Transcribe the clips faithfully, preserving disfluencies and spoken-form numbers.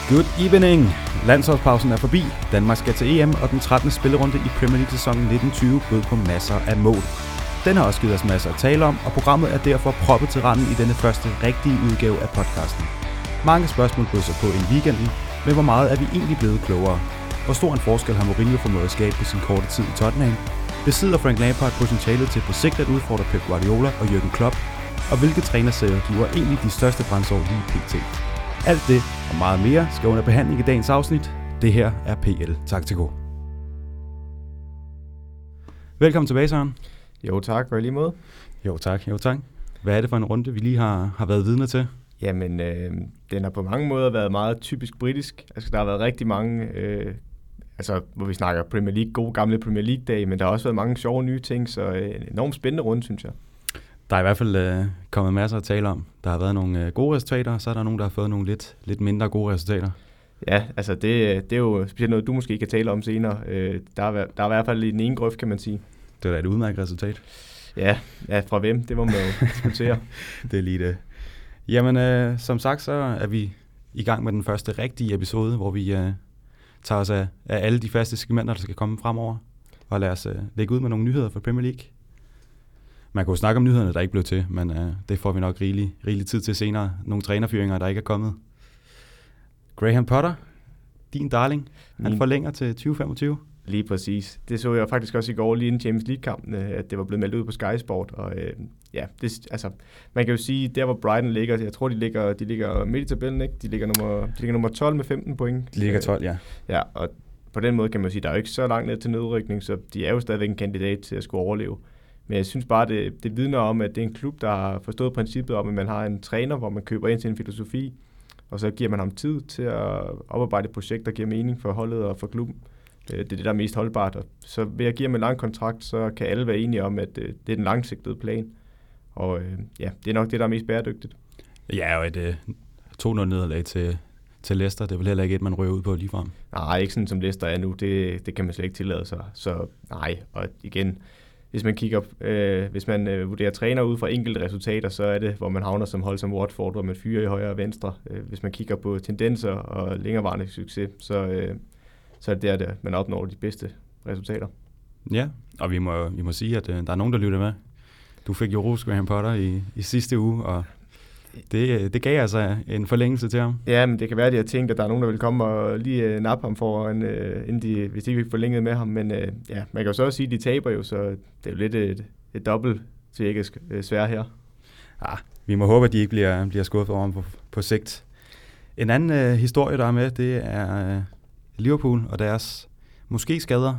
Good evening! Landsholdspausen er forbi, Danmark skal til E M, og den trettende spillerunde i Premier League-sæsonen nitten tyve bød på masser af mål. Den har også givet os masser at tale om, og programmet er derfor proppet til randen i denne første rigtige udgave af podcasten. Mange spørgsmål bød sig på i weekenden, men hvor meget er vi egentlig blevet klogere? Hvor stor en forskel har Mourinho formået at skabe på sin korte tid i Tottenham? Besidder Frank Lampard potentialet til på sigt at udfordre Pep Guardiola og Jürgen Klopp? Og hvilke trænerserier giver egentlig de største brændsår lige pt? Alt det og meget mere skal under behandling i dagens afsnit. Det her er P L Taktiko. Velkommen tilbage, Søren. Jo tak, og i lige måde. Jo tak, jo tak. Hvad er det for en runde, vi lige har, har været vidne til? Jamen, øh, den har på mange måder været meget typisk britisk. Altså, der har været rigtig mange, øh, altså, hvor vi snakker Premier League, gode gamle Premier League-dage, men der har også været mange sjove nye ting, så øh, en enormt spændende runde, synes jeg. Der er i hvert fald øh, kommet masser at tale om. Der har været nogle øh, gode resultater, så er der nogen, der har fået nogle lidt, lidt mindre gode resultater. Ja, altså det, det er jo specielt noget, du måske kan tale om senere. Øh, der, er, der er i hvert fald i den ene grøft, kan man sige. Det er da et udmærket resultat. Ja, ja, fra hvem? Det må man jo diskutere. Det er lige det. Jamen, øh, som sagt, så er vi i gang med den første rigtige episode, hvor vi øh, tager os af, af alle de faste segmenter, der skal komme fremover. Og lad os øh, lægge ud med nogle nyheder fra Premier League. Man kan jo snakke om nyhederne, der ikke blev til, men øh, det får vi nok rigelig, rigelig tid til senere. Nogle trænerfyringer, der ikke er kommet. Graham Potter, din darling, han Min... forlænger til tyve femogtyve. Lige præcis. Det så jeg faktisk også i går lige inden Champions League-kampen, at det var blevet meldt ud på Sky Sport. Og øh, ja, det, altså, man kan jo sige, der hvor Brighton ligger, jeg tror, de ligger, de ligger midt i tabellen, ikke? De ligger nummer, de ligger nummer tolv med femten point. De ligger tolv, ja. Ja, og på den måde kan man jo sige, der er jo ikke så langt ned til nedrykning, så de er jo stadigvæk en kandidat til at skulle overleve. Men jeg synes bare, det, det vidner om, at det er en klub, der har forstået princippet om, at man har en træner, hvor man køber ind til en filosofi, og så giver man ham tid til at oparbejde et projekt, der giver mening for holdet og for klubben. Det er det, der er mest holdbart. Og så ved at give ham en lang kontrakt, så kan alle være enige om, at det er den langsigtede plan. Og ja, det er nok det, der er mest bæredygtigt. Ja, og et øh, to nul nederlag til, til Leicester, det er vel heller ikke et, man rører ud på ligefrem. Nej, ikke sådan som Leicester er nu. Det, det kan man slet ikke tillade sig. Så nej, og igen, hvis man kigger, øh, hvis man øh, vurderer træner ud fra enkelte resultater, så er det, hvor man havner som hold som Watford, hvor man fyrer i højre og venstre. Øh, hvis man kigger på tendenser og længerevarende succes, så... Øh, så er det der, der man opnår de bedste resultater. Ja, og vi må, vi må sige, at uh, der er nogen, der lytter med. Du fik jo ros Graham Potter i, i sidste uge, og det, det gav altså en forlængelse til ham. Ja, men det kan være, at de har tænkt, at der er nogen, der vil komme og lige uh, nappe ham for, en, uh, inden de, hvis de ikke fik forlænget med ham. Men uh, ja, man kan jo så også sige, at de taber jo, så det er jo lidt et, et dobbelt til ikke svære her. Ja, vi må håbe, at de ikke bliver, bliver skuffet over ham på, på sigt. En anden uh, historie, der er med, det er... Uh, Liverpool og deres måske skader.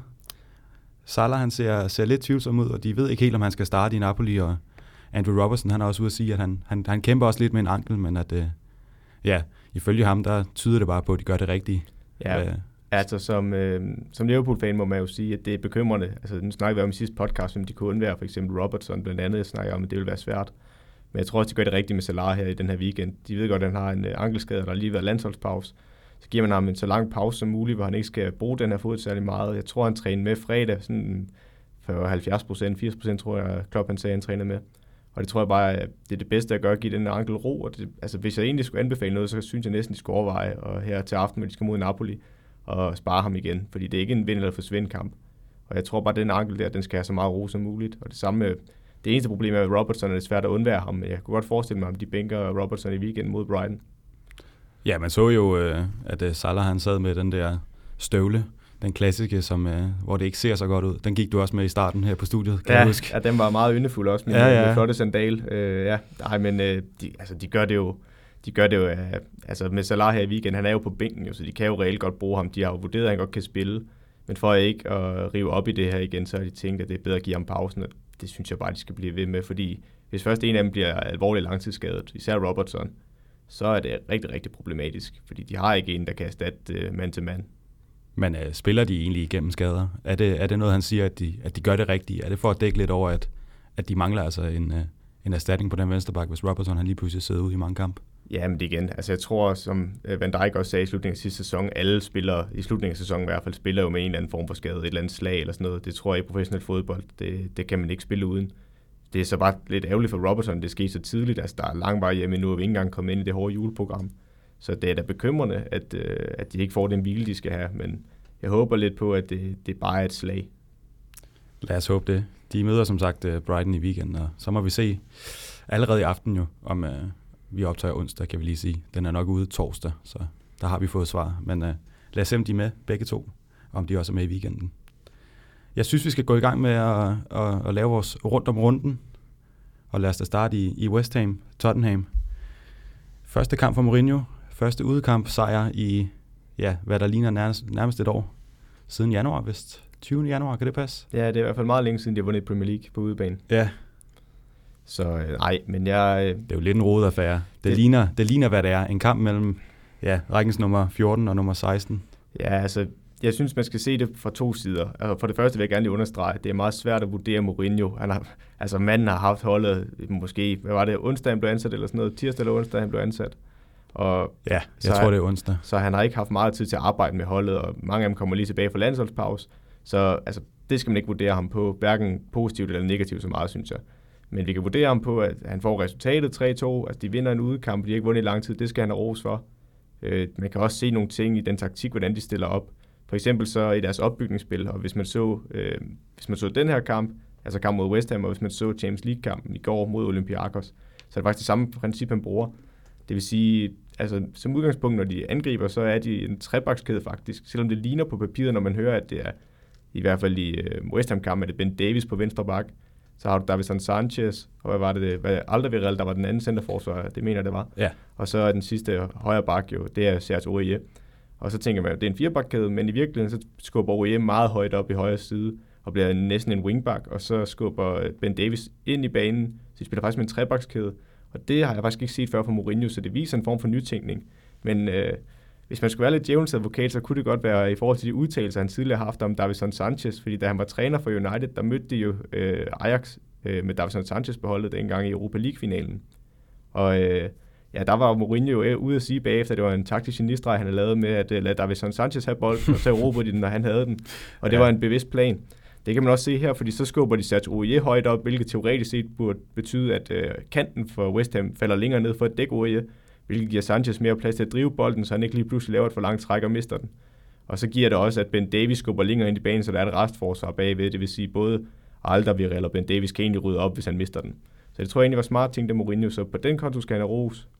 Salah, han ser, ser lidt tvivlsom ud, og de ved ikke helt, om han skal starte i Napoli, og Andrew Robertson, han er også ude at sige, at han, han, han kæmper også lidt med en ankel, men at, øh, ja, ifølge ham, der tyder det bare på, at de gør det rigtige. Ja, øh. altså som, øh, som Liverpool-fan må man jo sige, at det er bekymrende. Altså nu snakker vi om i sidste podcast, om de kunne undvære for eksempel Robertson, blandt andet snakker om, at det vil være svært. Men jeg tror også, de gør det rigtigt med Salah her i den her weekend. De ved godt, at han har en øh, ankelskade, der har lige været landsholdspause. Så giver man ham en så lang pause som muligt, hvor han ikke skal bruge den her fod særlig meget. Jeg tror, han træner med fredag, sådan for halvfjerds procent, firs procent tror jeg, Klopp han sagde, han træner med. Og det tror jeg bare, at det er det bedste at gøre, at give den ankel ro. Og det, altså, hvis jeg egentlig skulle anbefale noget, så synes jeg næsten, de skulle overveje, og her til aften, når de skal mod Napoli, og spare ham igen. Fordi det er ikke en vind- eller forsvind kamp. Og jeg tror bare, at den ankel der, den skal have så meget ro som muligt. Og det samme med, det eneste problem er, at Robertson er det svært at undvære ham. Jeg kunne godt forestille mig, om de bænker Robertson i weekenden mod Brighton. Ja, man så jo, at Salah han sad med den der støvle, den klassiske, som, hvor det ikke ser så godt ud. Den gik du også med i starten her på studiet, kan ja, jeg huske. Ja, den var meget yndefuld også, med, ja, ja. med flotte sandal. Øh, ja, nej, men øh, de, altså, de gør det jo, de gør det jo, øh, altså med Salah her i weekenden, han er jo på bænken, jo, så de kan jo reelt godt bruge ham. De har jo vurderet, at han godt kan spille, men for ikke at rive op i det her igen, så har de tænkt, at det er bedre at give ham pausen, og det synes jeg bare, de skal blive ved med, fordi hvis først en af dem bliver alvorligt langtidsskadet, især Robertson, så er det rigtig, rigtig problematisk, fordi de har ikke en, der kan erstatte uh, mand til mand. Men uh, spiller de egentlig igennem skader? Er det, er det noget, han siger, at de, at de gør det rigtigt? Er det for at dække lidt over, at, at de mangler altså en, uh, en erstatning på den venstreback, hvis Robertson han lige pludselig sidder ude i mange kampe? Ja, men det igen. Altså jeg tror, som Van Dijk også sagde i slutningen af sidste sæson, alle spillere, i slutningen af sæsonen i hvert fald, spiller jo med en eller anden form for skade, et eller andet slag eller sådan noget. Det tror jeg i professionel fodbold, det, det kan man ikke spille uden. Det er så bare lidt ærgerligt for Robertson, det skete så tidligt. Altså, der er lang vej hjemme nu, og vi ikke engang kommet ind i det hårde juleprogram. Så det er da bekymrende, at, øh, at de ikke får den hvile, de skal have, men jeg håber lidt på, at det, det bare er et slag. Lad os håbe det. De møder som sagt Brighton i weekenden, og så må vi se allerede i aften jo, om uh, vi optager onsdag, kan vi lige sige. Den er nok ude torsdag, så der har vi fået svar. Men uh, lad os se, om de er med begge to, om de også er med i weekenden. Jeg synes, vi skal gå i gang med at, at, at lave vores rundt om runden, og lad os da starte i, i West Ham, Tottenham. Første kamp for Mourinho, første udekamp, sejr i, ja, hvad der ligner nærmest, nærmest et år, siden januar vist. tyvende januar, kan det passe? Ja, det er i hvert fald meget længe siden, de har vundet Premier League på udebane. Ja. Så øh, nej, men jeg... Øh, det er jo lidt en rodet affære. Det, det, ligner, det ligner, hvad det er. En kamp mellem ja, rækkens nummer fjorten og nummer seksten. Ja, altså, jeg synes, man skal se det fra to sider. Altså, for det første vil jeg gerne lige understrege, at det er meget svært at vurdere Mourinho. Han har, altså, manden har haft holdet måske, hvad var det, onsdag han blev ansat, eller sådan noget, tirsdag eller onsdag han blev ansat. Og ja, jeg så tror, han, det er onsdag. Så han har ikke haft meget tid til at arbejde med holdet, og mange af dem kommer lige tilbage fra landsholdspause. Så altså, det skal man ikke vurdere ham på, hverken positivt eller negativt så meget, synes jeg. Men vi kan vurdere ham på, at han får resultatet tre to, altså de vinder en udekamp, de har ikke vundet i lang tid, det skal han have ros for. Øh, man kan også se nogle ting i den taktik, hvordan de stiller op. For eksempel så i deres opbygningsspil, og hvis man så, øh, hvis man så den her kamp, altså kamp mod West Ham, og hvis man så Champions League-kampen i går mod Olympiakos, så er det faktisk det samme princip, han bruger. Det vil sige, altså som udgangspunkt, når de angriber, så er de en trebakskæde faktisk, selvom det ligner på papiret, når man hører, at det er i hvert fald i øh, West Ham-kampen, er det Ben Davies på venstre bak, så har du Davinson Sanchez, og hvad var det, hvad Alderweireld, der var den anden centerforsvarer, det mener det var. Ja. Og så er den sidste højre bak jo, det er Serge Aurier. Og så tænker man, at det er en firebakkæde, men i virkeligheden så skubber Aurier meget højt op i højre side, og bliver næsten en wingback, og så skubber Ben Davies ind i banen, så de spiller faktisk med en trebakskæde. Og det har jeg faktisk ikke set før fra Mourinho, så det viser en form for nytænkning. Men øh, hvis man skulle være lidt djævelens advokat, så kunne det godt være i forhold til de udtalelser, han tidligere har haft om Davinson Sanchez, fordi da han var træner for United, der mødte de jo øh, Ajax øh, med Davinson Sanchez beholdet dengang i Europa League-finalen. Og øh, ja, der var Mourinho jo ude at sige bagefter, at det var en taktisk genistreg, han havde lavet med at uh, lade Davinson Sanchez have bolden, og så erobre de den, når han havde den. Og det ja. var en bevidst plan. Det kan man også se her, fordi så skubber de Serge Aurier højt op, hvilket teoretisk set burde betyde, at øh, kanten for West Ham falder længere ned for at dække Aurier, hvilket giver Sanchez mere plads til at drive bolden, så han ikke lige pludselig laver et for langt træk og mister den. Og så giver det også, at Ben Davies skubber længere ind i banen, så der er et restforsvar bagved, det vil sige både Alderweireld og Ben Davies kan egentlig rydde op, hvis han mister den. Så det tror jeg egentlig var smart ting, der Mourinho, så på den konto skal han have ros.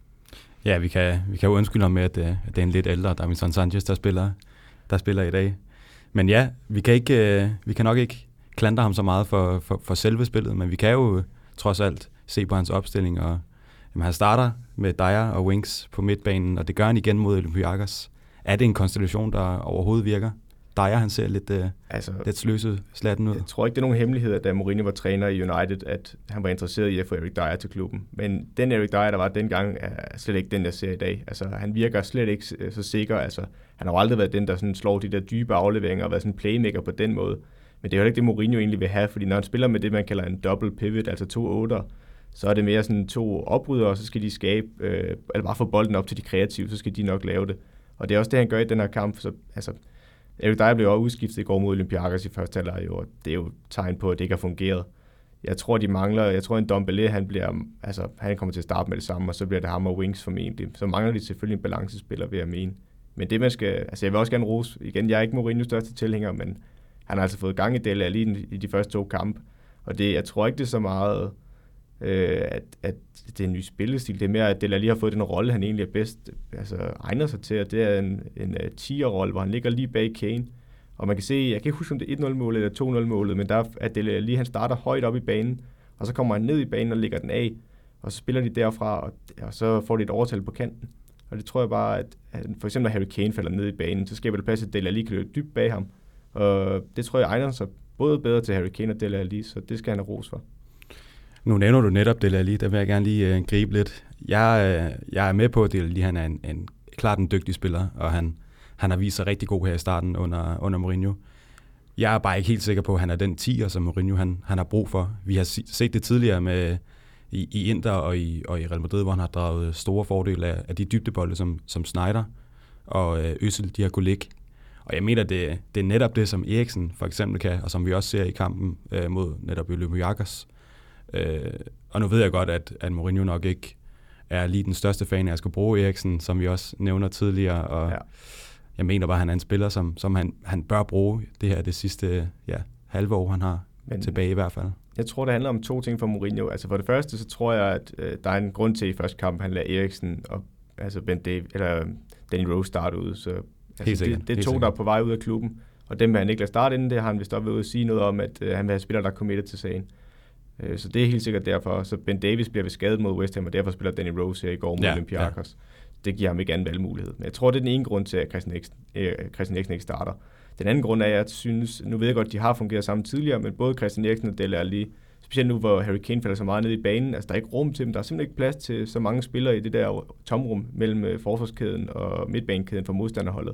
Ja, vi kan, vi kan jo undskylde ham med, at, at det er en lidt ældre Davinson Sanchez, der spiller, der spiller i dag. Men ja, vi kan, ikke, vi kan nok ikke klandre ham så meget for, for, for selve spillet, men vi kan jo trods alt se på hans opstilling, og jamen, han starter med Dyer og Winks på midtbanen, og det gør han igen mod Olympiakos. Er det en konstellation, der overhovedet virker? Dyer, han ser lidt, altså, lidt sløset slatten ud. Jeg tror ikke, det er nogen hemmelighed, at da Mourinho var træner i United, at han var interesseret i at få Eric Dyer til klubben. Men den Eric Dyer, der var dengang, er slet ikke den, jeg ser i dag. Altså, han virker slet ikke så sikker. Altså, han har jo aldrig været den, der sådan slår de der dybe afleveringer og været sådan en playmaker på den måde. Men det er jo ikke det, Mourinho egentlig vil have, fordi når han spiller med det, man kalder en double pivot, altså to otter, så er det mere sådan to opryddere, og så skal de skabe, øh, eller bare få bolden op til de kreative, så skal de nok lave det. Og det er også det, han gør i den her kamp. Så, altså, Eric Dyer blev også udskiftet i går mod Olympiakos i første halvleg, og det er jo et tegn på, at det ikke har fungeret. Jeg tror, de mangler, jeg tror, en Dombele, han bliver, altså, han kommer til at starte med det samme, og så bliver det ham og Winks formentlig. Så mangler de selvfølgelig en balancespiller, vil jeg mene. Men det, man skal, altså jeg vil også gerne rose, igen, jeg er ikke Mourinhos største tilhænger, men han har altså fået gang i Dele Alli i de første to kampe, og det, jeg tror ikke, det er så meget, øh, at, at det er en ny spillestil. Det er mere, at Dele Alli har fået den rolle, han egentlig er bedst, altså egner sig til, at det er en, en uh, tier-rolle, hvor han ligger lige bag Kane. Og man kan se, jeg kan ikke huske, om det er et nul-målet eller to nul-målet, men der er Dele Alli, han starter højt op i banen, og så kommer han ned i banen og lægger den af, og så spiller de derfra, og, og så får de et overtal på kanten. Og det tror jeg bare, at, at for eksempel når Harry Kane falder ned i banen, så skaber det plads, at Dele Alli kan løbe dybt bag ham. Og det tror jeg egner sig både bedre til Harry Kane og Dele Alli, så det skal han have ros for. Nu nævner du netop Dele Alli, der vil jeg gerne lige uh, gribe lidt. Jeg, uh, jeg er med på, at Dele Alli, han er en, en klart en dygtig spiller, og han, han har vist sig rigtig god her i starten under, under Mourinho. Jeg er bare ikke helt sikker på, at han er den tier, som Mourinho han, han har brug for. Vi har set det tidligere med i, i Inter og i, og i Real Madrid, hvor han har draget store fordele af, af de dybdebolde, som, som Sneijder og øh, Özil, de har kunne ligge. Og jeg mener, det, det er netop det, som Eriksen for eksempel kan, og som vi også ser i kampen øh, mod netop Olympiakos. Øh, og nu ved jeg godt, at, at Mourinho nok ikke er lige den største fan af Asger Bro Eriksen, som vi også nævner tidligere, og ja. jeg mener bare, at han er en spiller, som, som han, han bør bruge det her det sidste ja, halve år, han har Men, tilbage i hvert fald. Jeg tror, det handler om to ting for Mourinho. Altså for det første, så tror jeg, at øh, der er en grund til i første kamp, han lader Eriksen og altså Ben Dav, eller Danny Rose starte ud. Så altså, det, det er to, der er på vej ud af klubben, og dem vil han ikke lade starte inden det, har han vist op ved at sige noget om, at øh, han vil have spillere, der er committed til sagen. Øh, så det er helt sikkert derfor. Så Ben Davies bliver ved skadet mod West Ham, og derfor spiller Danny Rose her i går mod ja, Olympiakos. Ja. Det giver ham ikke anden valgmulighed. Men jeg tror, det er den ene grund til, at Christian Eriksen, øh, Christian Eriksen ikke starter. Den anden grund er, at jeg synes, nu ved jeg godt, at de har fungeret sammen tidligere, men både Christian Eriksen og Dele Alli, specielt nu, hvor Harry Kane falder så meget ned i banen, altså der er ikke rum til dem, der er simpelthen ikke plads til så mange spillere i det der tomrum mellem forsvarskæden og midtbanekæden for modstanderholdet.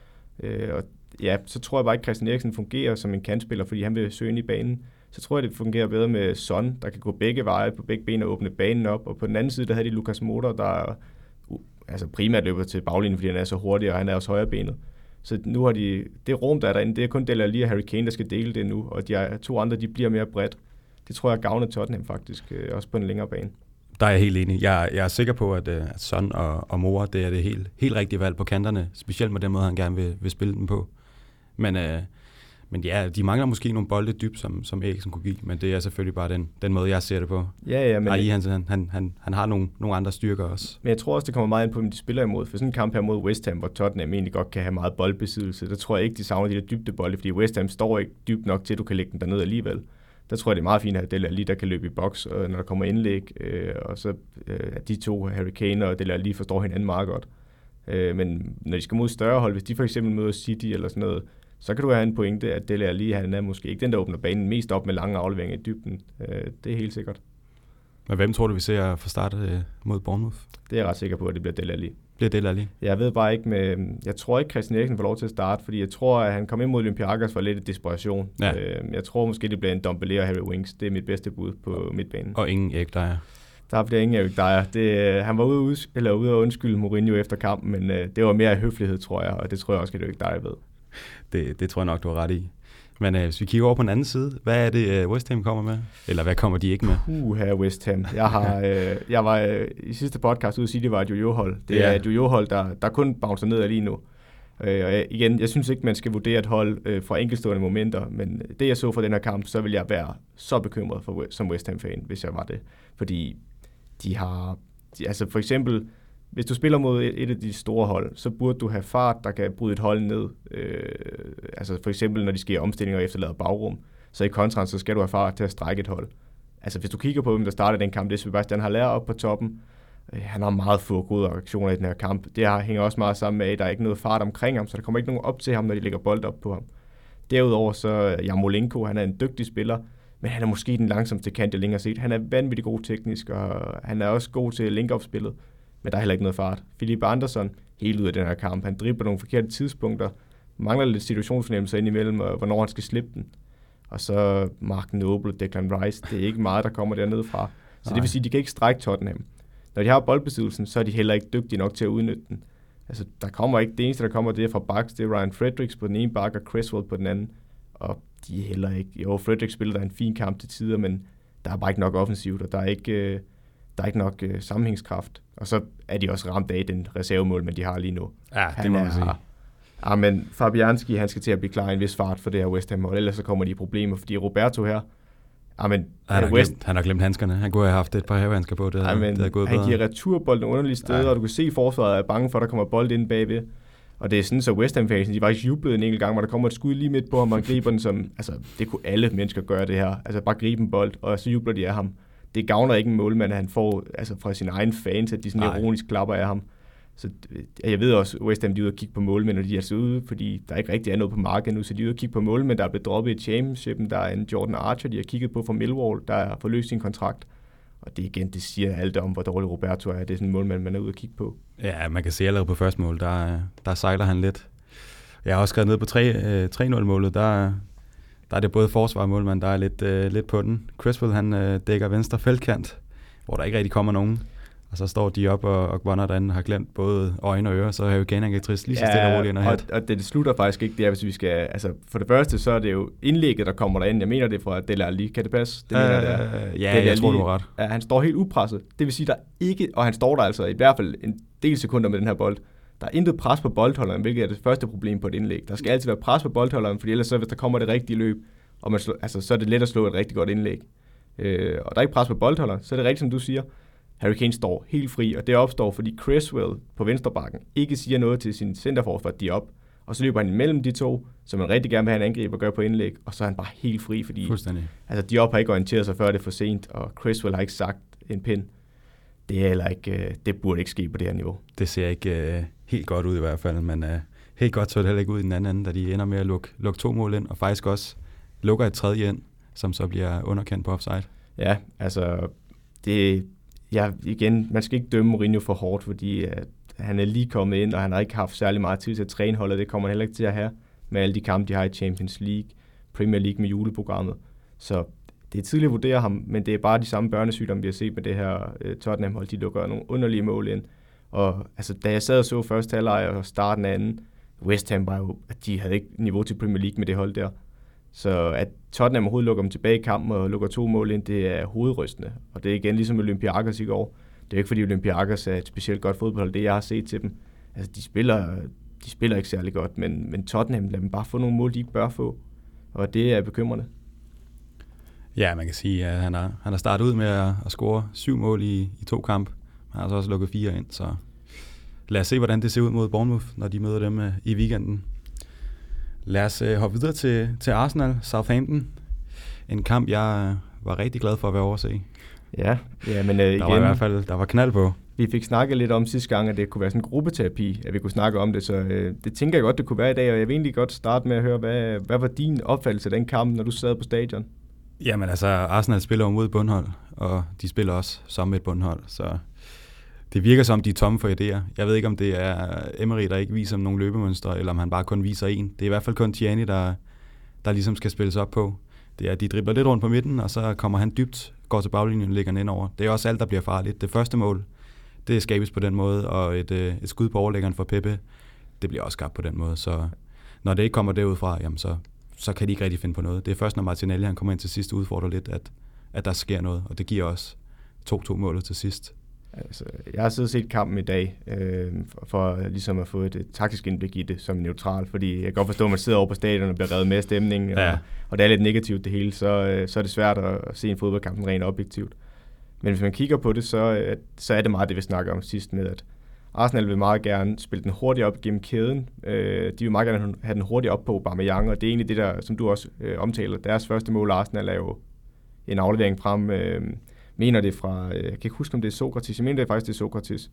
Øh, og ja, så tror jeg bare ikke, at Christian Eriksen fungerer som en kantspiller, fordi han vil søge ind i banen. Så tror jeg, det fungerer bedre med Son, der kan gå begge veje på begge ben og åbne banen op. Og på den anden side, der havde de Lucas Moura, der uh, altså primært løber til baglinjen, fordi han er så hurtig, og han er også højrebenet. Så nu har de, det rum, der er derinde, det er kun Dele Alli og Harry Kane, der skal dele det nu, og de er, to andre, de bliver mere bredt. Det tror jeg gavner Tottenham faktisk, øh, også på en længere bane. Der er jeg helt enig. Jeg, jeg er sikker på, at, at Son og, og Moura, det er det helt, helt rigtige valg på kanterne, specielt med den måde, han gerne vil, vil spille den på. Men, øh, men ja, de mangler måske nogle bolde dyb, som, som Eriksen kunne give, men det er selvfølgelig bare den, den måde, jeg ser det på. Ja, ja, men Ej, han, han, han, han har nogle, nogle andre styrker også. Men jeg tror også, det kommer meget ind på, hvem de spiller imod. For sådan en kamp her mod West Ham, hvor Tottenham egentlig godt kan have meget boldbesiddelse, der tror jeg ikke, de savner de der dybdebolde, fordi West Ham står ikke dybt nok til, at du kan lægge den derned alligevel. Der tror jeg, det er meget fint at have Dele Alli, der kan løbe i boks, når der kommer indlæg, øh, og så øh, at de to, Harry Kane og Dele Alli, forstår hinanden meget godt. Øh, men når de skal mod større hold, hvis de for eksempel møder City eller sådan noget, så kan du have en pointe, at Dele Alli, han er måske ikke den, der åbner banen mest op med lange afleveringer i dybden. Øh, det er helt sikkert. Men hvem tror du, vi ser fra start øh, mod Bournemouth? Det er jeg ret sikker på, at det bliver Dele Alli. Bliver Dele Alli? Jeg ved bare ikke med... Jeg tror ikke, Christian Eriksen får lov til at starte, fordi jeg tror, at han kom ind mod Olympiakos for lidt af desperation. Ja. Øh, jeg tror måske, det bliver en Dombele og Harry Winks. Det er mit bedste bud på midtbanen. Og ingen Erik Dyer? Der bliver ingen Erik Dyer. Det, han var ude, ud, eller ude at undskylde Mourinho efter kampen, men øh, det var mere af høflighed, tror jeg, og det tror jeg også, at Erik Dyer ved. Det, det tror jeg nok, du har ret i. Men øh, hvis vi kigger over på den anden side, hvad er det, West Ham kommer med? Eller hvad kommer de ikke med? Uh, her West Ham. Jeg, har, øh, jeg var øh, i sidste podcast ude at sige, at det var et jojo-hold. Det ja. er et jojo-hold, der, der kun bouncer ned lige nu. Øh, og jeg, igen, jeg synes ikke, man skal vurdere et hold øh, fra enkeltstående momenter, men det jeg så fra den her kamp, så vil jeg være så bekymret for, som West Ham-fan, hvis jeg var det. Fordi de har... De, altså for eksempel... Hvis du spiller mod et, et af de store hold, så burde du have fart, der kan bryde et hold ned. Øh, altså for eksempel, når de sker omstillinger og efterlader bagrum. Så i kontrant, så skal du have fart til at strække et hold. Altså hvis du kigger på, hvem der starter den kamp, det er Sebastian Haller op på toppen. Øh, han har meget få gode reaktioner i den her kamp. Det her hænger også meget sammen med, at der er ikke noget fart omkring ham, så der kommer ikke nogen op til ham, når de lægger bold op på ham. Derudover så Yarmolenko, han er en dygtig spiller, men han er måske den langsomste kant, jeg længere set. Han er vanvittig god teknisk, og han er også god til link-up-spillet. Men der er heller ikke noget fart. Philippe Andersson, helt ud af den her kamp. Han dribler nogle forkerte tidspunkter. Mangler lidt situationsfornemmelse indimellem, og hvornår han skal slippe den. Og så Mark Noble, Declan Rice. Det er ikke meget, der kommer dernede fra. Så Nej. Det vil sige, at de kan ikke strække Tottenham. Når de har boldbesiddelsen, så er de heller ikke dygtige nok til at udnytte den. Altså, der kommer ikke, det eneste, der kommer, det er fra backs. Det er Ryan Fredericks på den ene back, og Cresswell på den anden. Og de er heller ikke... Jo, Fredericks spiller der en fin kamp til tider, men der er bare ikke nok offensivt, og der er ikke... Der er ikke nok øh, sammenhængskraft. Og så er de også ramt af den reservemål, men de har lige nu. Ja, det må man sige. Ja, men Fabianski, han skal til at blive klar i en vis fart for det her West Ham, og ellers så kommer de i problemer, fordi Roberto her... Ja, men, han, har West... glemt, han har glemt handskerne. Han kunne have haft et par havehandsker på, det, ja, men, det gået han bedre. Giver returbolden underlige steder, ja. Og du kan se, at forsvaret er bange for, at der kommer bold ind bagved. Og det er sådan, så West Ham-fansen, de faktisk jublede en enkelt gang, hvor der kommer et skud lige midt på ham, og griber den som... Altså, det kunne alle mennesker gøre det her. Altså, bare gribe en bold, og så jubler de af ham. Det gavner ikke en målmand, at han får altså fra sin egen fans, at de sådan Nej. ironisk klapper af ham. Så jeg ved også, at West Ham de er ude og kigge på målmænd, og de er altså ude, fordi der ikke rigtig er noget på markedet nu, så de er ude og kigge på målmænd, der er blevet droppet i championshipen. Der er en Jordan Archer, de har kigget på fra Millwall, der er forløst sin kontrakt. Og det igen, det siger alt om, hvor dårlig Roberto er. Det er sådan en målmand, man er ude og kigge på. Ja, man kan se allerede på første mål, der, der sejler han lidt. Jeg har også skrevet ned på tre nul-målet, der Der er det både forsvar og målmand, der er lidt, øh, lidt på den. Cresswell, han øh, dækker venstre feltkant, hvor der ikke rigtig kommer nogen. Og så står de op, og, og Gwonder derinde har glemt både øjne og ører, så er jo igen en trist lige så stille og roligt ind og og, og det slutter faktisk ikke der, hvis vi skal... Altså, for det første, så er det jo indlægget, der kommer derind. Jeg mener det fra Dele Alli. Kan det passe? Det øh, mener, det er. Ja, Dele jeg Alli, tror, du har ret. Ja, han står helt upresset. Det vil sige, der ikke... Og han står der altså i hvert fald en del sekunder med den her bold. Der er intet pres på boldholderen, hvilket er det første problem på et indlæg. Der skal altid være pres på boldholderen, fordi ellers så, hvis der kommer det rigtige løb, og man slår, altså, så er det let at slå et rigtig godt indlæg. Øh, og der er ikke pres på boldholderen, så er det rigtigt, som du siger. Harry Kane står helt fri, og det opstår, fordi Creswell på venstrebakken ikke siger noget til sin centerforsvar, de er op. Og så løber han imellem de to, som man rigtig gerne vil have en angriber og gøre på indlæg, og så er han bare helt fri, fordi altså, de op har ikke orienteret sig før det er for sent, og Creswell har ikke sagt en pind. Det er heller ikke, det burde ikke ske på det her niveau. Det ser ikke uh, helt godt ud i hvert fald, men uh, helt godt så det heller ikke ud i den anden ende, da de ender med at lukke, lukke to mål ind, og faktisk også lukker et tredje ind, som så bliver underkendt på offside. Ja, altså, det, ja, igen, man skal ikke dømme Mourinho for hårdt, fordi uh, han er lige kommet ind, og han har ikke haft særlig meget tid til at træne holdet. Det kommer han heller ikke til at have med alle de kampe, de har i Champions League, Premier League med juleprogrammet. Så det er tidligt at vurdere ham, men det er bare de samme børnesygdomme, vi har set med det her uh, Tottenham-hold. De lukker nogle underlige mål ind. Og altså, da jeg sad og så første halvleg og starten af anden, West Ham var jo, at de havde ikke niveau til Premier League med det hold der. Så at Tottenham overhovedet lukker dem tilbage i kampen og lukker to mål ind, det er hovedrystende. Og det er igen ligesom Olympiakos i går. Det er ikke fordi Olympiakos er et specielt godt fodboldhold, det jeg har set til dem. Altså, de spiller, de spiller ikke særlig godt, men, men Tottenham lader dem bare få nogle mål, de ikke bør få. Og det er bekymrende. Ja, man kan sige, at han har, han har startet ud med at, at score syv mål i, i to kampe. Han har så også lukket fire ind, så lad os se, hvordan det ser ud mod Bournemouth, når de møder dem i weekenden. Lad os uh, hoppe videre til, til Arsenal, Southampton. En kamp, jeg var rigtig glad for at være over at se. Ja, ja men uh, igen... Der var i hvert fald der var knald på. Vi fik snakket lidt om sidste gang, at det kunne være sådan en gruppeterapi, at vi kunne snakke om det, så uh, det tænker jeg godt, det kunne være i dag, og jeg vil egentlig godt starte med at høre, hvad, hvad var din opfattelse af den kamp, når du sad på stadion? Jamen altså, Arsenal spiller jo mod et bundhold, og de spiller også som et bundhold, så... Det virker som, de er tomme for idéer. Jeg ved ikke, om det er Emery, der ikke viser nogle løbemønstre, eller om han bare kun viser en. Det er i hvert fald kun Tierney, der, der ligesom skal spilles op på. Det er, at de dribler lidt rundt på midten, og så kommer han dybt, går til baglinjen og lægger den ind over. Det er også alt, der bliver farligt. Det første mål, det skabes på den måde, og et, et skud på overlæggeren for Pepe, det bliver også skabt på den måde. Så når det ikke kommer derudfra, jamen så, så kan de ikke rigtig finde på noget. Det er først, når Martinelli han kommer ind til sidst og udfordrer lidt, at, at der sker noget, og det giver også to-to målet til sidst. Altså, jeg har siddet og set kampen i dag, øh, for, for ligesom at få et, et taktisk indblik i det som neutral, fordi jeg kan godt forstå, at man sidder over på stadion og bliver revet med af stemningen, ja. og, og det er lidt negativt det hele, så, øh, så er det svært at, at se en fodboldkamp rent objektivt. Men hvis man kigger på det, så, øh, så er det meget det, vi snakker om sidst med, at Arsenal vil meget gerne spille den hurtigt op gennem kæden. Øh, de vil meget gerne have den hurtigt op på Aubameyang, og det er egentlig det der, som du også øh, omtaler. Deres første mål, Arsenal, er jo en aflevering frem... Øh, mener det fra, jeg kan ikke huske, om det er Sokratis, jeg mener det er faktisk det er Sokratis,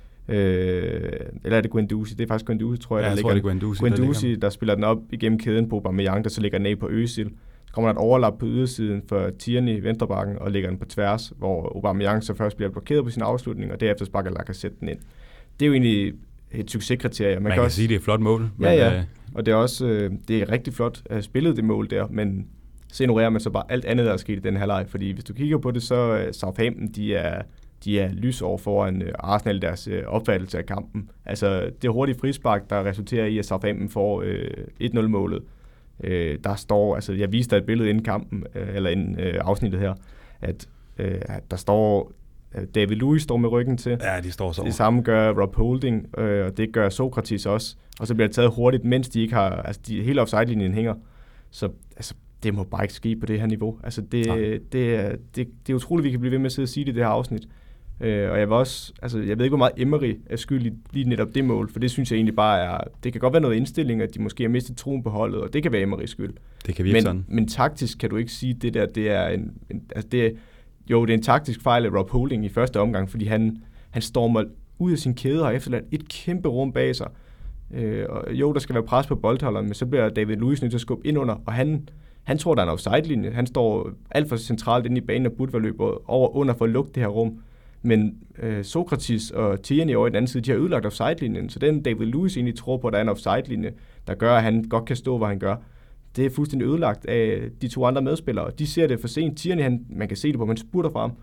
øh, eller er det Guendouzi, det er faktisk Guendouzi, tror jeg, ja, jeg der tror, ligger, det er Guendouzi, Guendouzi der, der spiller den op igennem kæden på Aubameyang, der så ligger den af på Özil. Så kommer der et overlap på ydersiden for Tierney i venstrebakken og lægger den på tværs, hvor Aubameyang så først bliver blokeret på sin afslutning, og derefter sparker Lacazette den ind. Det er jo egentlig et succeskriterie. Man, Man kan, kan også sige, det er et flot mål. Ja, ja, øh... og det er også øh, det er rigtig flot at spille det mål der, men så ignorerer man så bare alt andet, der er sket i den her leg. Fordi hvis du kigger på det, så uh, Southampton, de er, de er lys over foran uh, Arsenal deres uh, opfattelse af kampen. Altså det hurtige frispark, der resulterer i, at Southampton får uh, et nul-målet. Uh, der står, altså jeg viste dig et billede inden kampen, uh, eller inden uh, afsnittet her, at uh, der står, uh, David Luiz står med ryggen til. Ja, de står så. Det samme gør Rob Holding, uh, og det gør Sokratis også. Og så bliver det taget hurtigt, mens de ikke har, altså de, hele offside-linjen hænger. Så altså, det må bare ikke ske på det her niveau. Altså det, det, det, er, det, det er utroligt, at vi kan blive ved med at sidde og sige det i det her afsnit. Øh, og jeg vil også, altså jeg ved ikke, hvor meget Emery er skyld i lige netop det mål, for det synes jeg egentlig bare er, det kan godt være noget indstilling, at de måske har mistet troen på holdet, og det kan være Emerys skyld. Det kan virke men, sådan. Men taktisk kan du ikke sige, det der, det er en, en altså det er, jo, det er en taktisk fejl af Rob Holding i første omgang, fordi han, han stormer ud af sin kæde og har efterladt et kæmpe rum bag sig. Øh, og jo, der skal være pres på boldholderen, men så bliver David Luiz nødt til at skubbe ind under, og han Han tror, der er en offside-linje. Han står alt for centralt inde i banen og burde være løbet over under for at lukke det her rum. Men øh, Sokratis og Tierney over i den anden side, de har ødelagt offside-linjen. Så den David Luiz egentlig tror på, at der er en offside-linje, der gør, at han godt kan stå, hvor han gør. Det er fuldstændig ødelagt af de to andre medspillere. De ser det for sent. Tierney, han, man kan se det på, man spurter frem.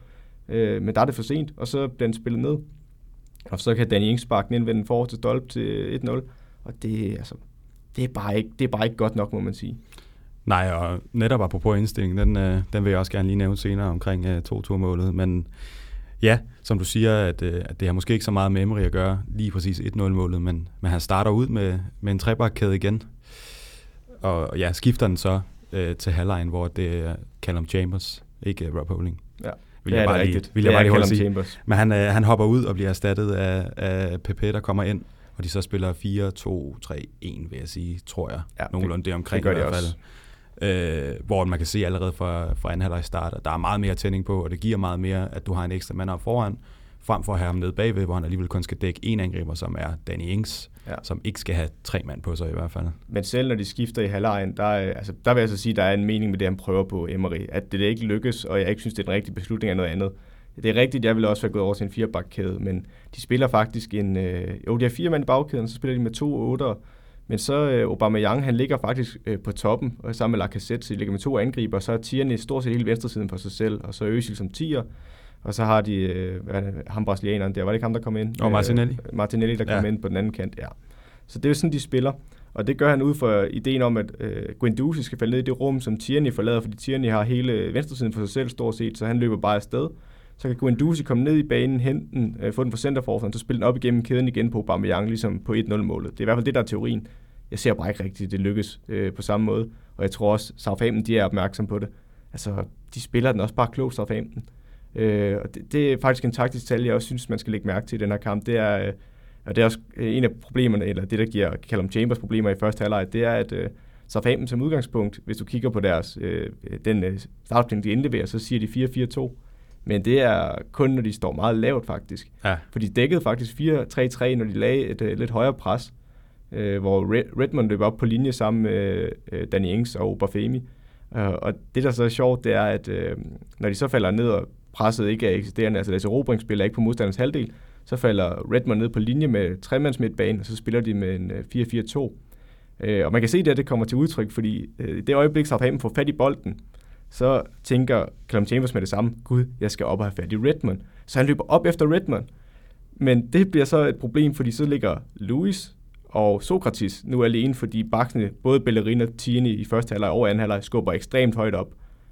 øh, men der er det for sent, og så bliver den spillet ned. Og så kan Danny Ings sparke den ind ved den forreste stolpe til et nul, og det, altså, det, er bare ikke, det er bare ikke godt nok, må man sige. Nej, og netop apropos indstilling, den, øh, den vil jeg også gerne lige nævne senere omkring øh, to-to-målet, men ja, som du siger, at, øh, at det har måske ikke så meget med Emery at gøre, lige præcis et nul-målet, men, men han starter ud med, med en trebakkæde igen, og ja, skifter den så øh, til halvlejen, hvor det er Callum Chambers, ikke uh, Rob Holding. Ja, vil det jeg er bare det lige, rigtigt. vil jeg bare lige holde sige. Chambers. Men han, øh, han hopper ud og bliver erstattet af, af Pepe, der kommer ind, og de så spiller fire to tre en, vil jeg sige, tror jeg. Ja, nogenlunde det omkring det gør i hvert de fald. Øh, hvor man kan se allerede fra, fra anden halvleg start, at der er meget mere tænding på, og det giver meget mere, at du har en ekstra mand op foran, frem for at have ham nede bagved, hvor han alligevel kun skal dække en angriber, som er Danny Ings, ja. som ikke skal have tre mand på sig i hvert fald. Men selv når de skifter i halvlejen, der, altså, der vil jeg så sige, at der er en mening med det, han prøver på Emery, at det ikke lykkes, og jeg ikke synes, det er den rigtige beslutning af noget andet. Det er rigtigt, jeg ville også være gået over til en firebakkæde, men de spiller faktisk en... Øh, jo, de har fire mand i bagkæden, så spiller de med to otter. Men så øh, Aubameyang, han ligger faktisk øh, på toppen, og sammen med Lacazette, så de ligger med to angriber, så er Tierney stort set hele venstresiden for sig selv, og så Özil som tier, og så har de øh, hvad er det, ham brasilianeren der, var det ikke ham, der kom ind? Og Martinelli. Øh, Martinelli, der kom ja. ind på den anden kant, ja. Så det er jo sådan, de spiller, og det gør han ud for ideen om, at øh, Guendouzi skal falde ned i det rum, som Tierney forlader, fordi Tierney har hele venstresiden for sig selv stort set, så han løber bare afsted. Så kan Guendouzi komme ned i banen, hente den, øh, få den fra centerforsvaret, så spille den op igennem kæden igen på Aubameyang, ligesom på et nul-målet. Det er i hvert fald det, der er teorien. Jeg ser bare ikke rigtigt, det lykkes øh, på samme måde, og jeg tror også, Southampton, de er opmærksom på det. Altså, de spiller den også bare klogt, Southampton. Øh, og det, det er faktisk en taktisk tal, jeg også synes, man skal lægge mærke til i den her kamp. Det er, øh, og det er også en af problemerne, eller det, der giver Callum Chambers problemer i første halvleg, det er, at øh, Southampton som udgangspunkt, hvis du kigger på deres, øh, den øh, startplan, de indleverer, så siger de fire fire to. Men det er kun, når de står meget lavt, faktisk. Ja. For de dækkede faktisk fire tre tre, når de lagde et uh, lidt højere pres, uh, hvor Red- Redmond løb op på linje sammen med uh, Danny Ings og Obafemi. Uh, og det, der så er sjovt, det er, at uh, når de så falder ned, og presset ikke er eksisterende, altså deres erobringsspil er ikke på modstanders halvdel, så falder Redmond ned på linje med tremands midtbane, og så spiller de med en uh, fire fire to. Uh, og man kan se, at det kommer til udtryk, fordi uh, det øjeblik, Southampton får fat i bolden, så tænker Callum Chambers med det samme, gud, jeg skal op og have fat i Redmond. Så han løber op efter Redmond. Men det bliver så et problem, fordi så ligger Luis og Sokratis nu alene, fordi baksene, både Bellerin og Tierney i første halvleg og anden halvleg, skubber ekstremt højt op.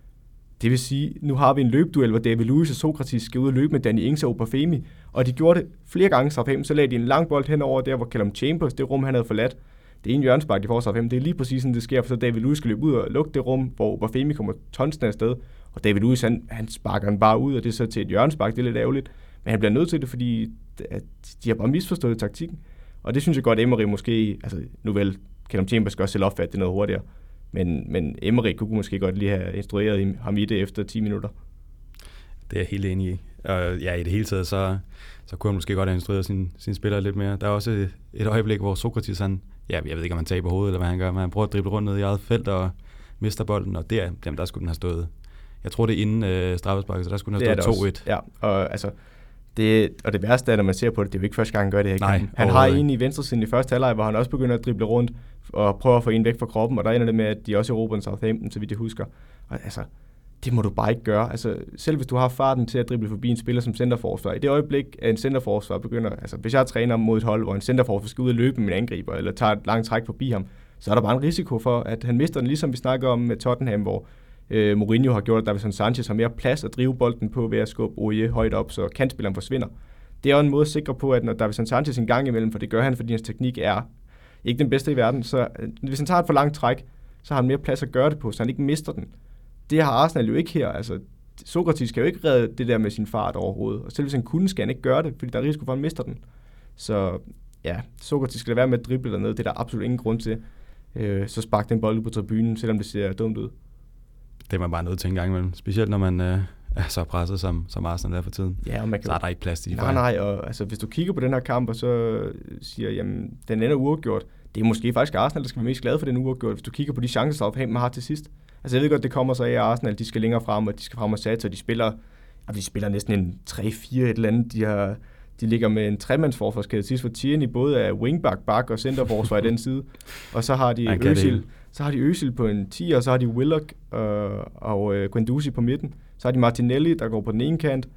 Det vil sige, nu har vi en løbduel, hvor David Luiz og Sokratis skal ud og løbe med Danny Ings og Obafemi, og de gjorde det flere gange, Southampton, så lagde de en lang bold henover der, hvor Callum Chambers, det rum, han havde forladt, det er en hjørnespark, de får Southampton. Det er lige præcis sådan, det sker, for så David Luiz skal løbe ud og lukke det rum, hvor Obafemi kommer tonsende afsted, og David Luiz, han, han sparker den bare ud, og det er så til et hjørnespark, det er lidt ærgerligt, men han bliver nødt til det, fordi at de har bare misforstået taktikken, og det synes jeg godt, Emery måske, altså nu vel, Callum Chambers skal også selv opfatte det noget hurtigere, men, men Emery kunne måske godt lige have instrueret ham i det efter ti minutter. Det er jeg helt enig i. Og ja, i det hele taget, så, så kunne han måske godt have instrueret sine sin spillere lidt mere. Der er også et, et øjeblik, hvor Sokratis, han, ja, jeg ved ikke, om han taber hovedet, eller hvad han gør, men han prøver at drible rundt ned i eget felt og mister bolden, og der, jamen, der skulle den have stået. Jeg tror, det er inden øh, straffesparket, så der skulle den have stået to et. Ja, og altså, det, og det værste er, når man ser på det, det er jo ikke første gang, han gør det her. Nej, han har en i venstre siden i første halvleg, hvor han også begynder at drible rundt og prøver at få en væk fra kroppen, og der ender det med, at de også erobrer Southampton, så vidt jeg husker. Og altså, det må du bare ikke gøre. Altså, selv hvis du har farten til at drible forbi en spiller som centerforsvar, i det øjeblik, at en centerforsvar begynder, altså hvis jeg træner mod et hold, hvor en centerforsvar skal ud og løbe med min angriber, eller tager et langt træk forbi ham, så er der bare en risiko for, at han mister den, ligesom vi snakker om med Tottenham, hvor øh, Mourinho har gjort, at Davinson Sanchez har mere plads at drive bolden på ved at skubbe Oje højt op, så kantspilleren forsvinder. Det er jo en måde at sikre på, at når Davinson Sanchez en gang imellem, for det gør han, fordi hans teknik er ikke den bedste i verden, så øh, hvis han tager et for langt træk, så har han mere plads at gøre det på, så han ikke mister den. Det har Arsenal jo ikke her. Altså, Sokratis kan jo ikke redde det der med sin fart overhovedet. Og selv hvis han kunne, skal han ikke gøre det, fordi der er risiko for, at han mister den. Så ja, Sokratis skal da være med at drible dernede. Det er der absolut ingen grund til. Øh, så spark den bold ud på tribunen, selvom det ser dumt ud. Det er man bare nødt til en gang imellem. Specielt når man øh, er så presset, som, som Arsenal er for tiden. Ja, og man kan... Så er der ikke plads til de Nej, nej. Og altså, hvis du kigger på den her kamp, og så siger, jamen, den ender uafgjort. Det er måske faktisk Arsenal, der skal være mest glad for den uafgjort, hvis du kigger på de chancer, Southampton har til sidst. Altså jeg ved godt, det kommer så af Arsenal, de skal længere frem, og de skal frem og satse, og de spiller, og de spiller næsten en tre fire et eller andet. De, har, de ligger med en tremandsforsvarskæde sidst, hvor Tierney både er wingback, back og centerforsvar i den side. Og så har de Özil, så har de Özil på en ti, og så har de Willock øh, og øh, Guendouzi på midten. Så har de Martinelli, der går på den ene kant.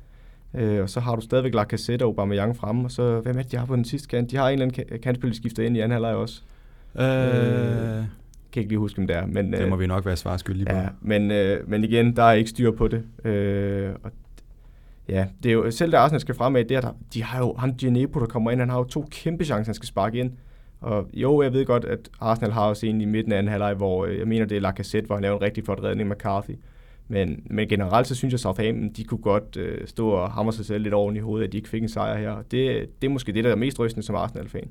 Øh, og så har du stadigvæk Lacazette og Aubameyang fremme, og så, hvem er det, de har på den sidste kant? De har en eller anden kantspiller, de skifter ind i anden halvleg også. Øh... øh kan ikke lige huske, om det er. Men, det må øh, vi nok være svarskyldige på. Ja, men, øh, men igen, der er ikke styr på det. Øh, og ja, det er jo, selv da Arsenal skal fremad, det er der, de har jo, ham Djenepo, der kommer ind, han har jo to kæmpe chancer, han skal sparke ind. Og jo, jeg ved godt, at Arsenal har også en i midten af anden halvleg, hvor øh, jeg mener, det er Lacazette, hvor han laver en rigtig flot redning med McCarthy. Men, men generelt så synes jeg, at Southampton, de kunne godt øh, stå og hamre sig selv lidt oven i hovedet, at de ikke fik en sejr her. Det, det er måske det, der er mest rystende som Arsenal-fan.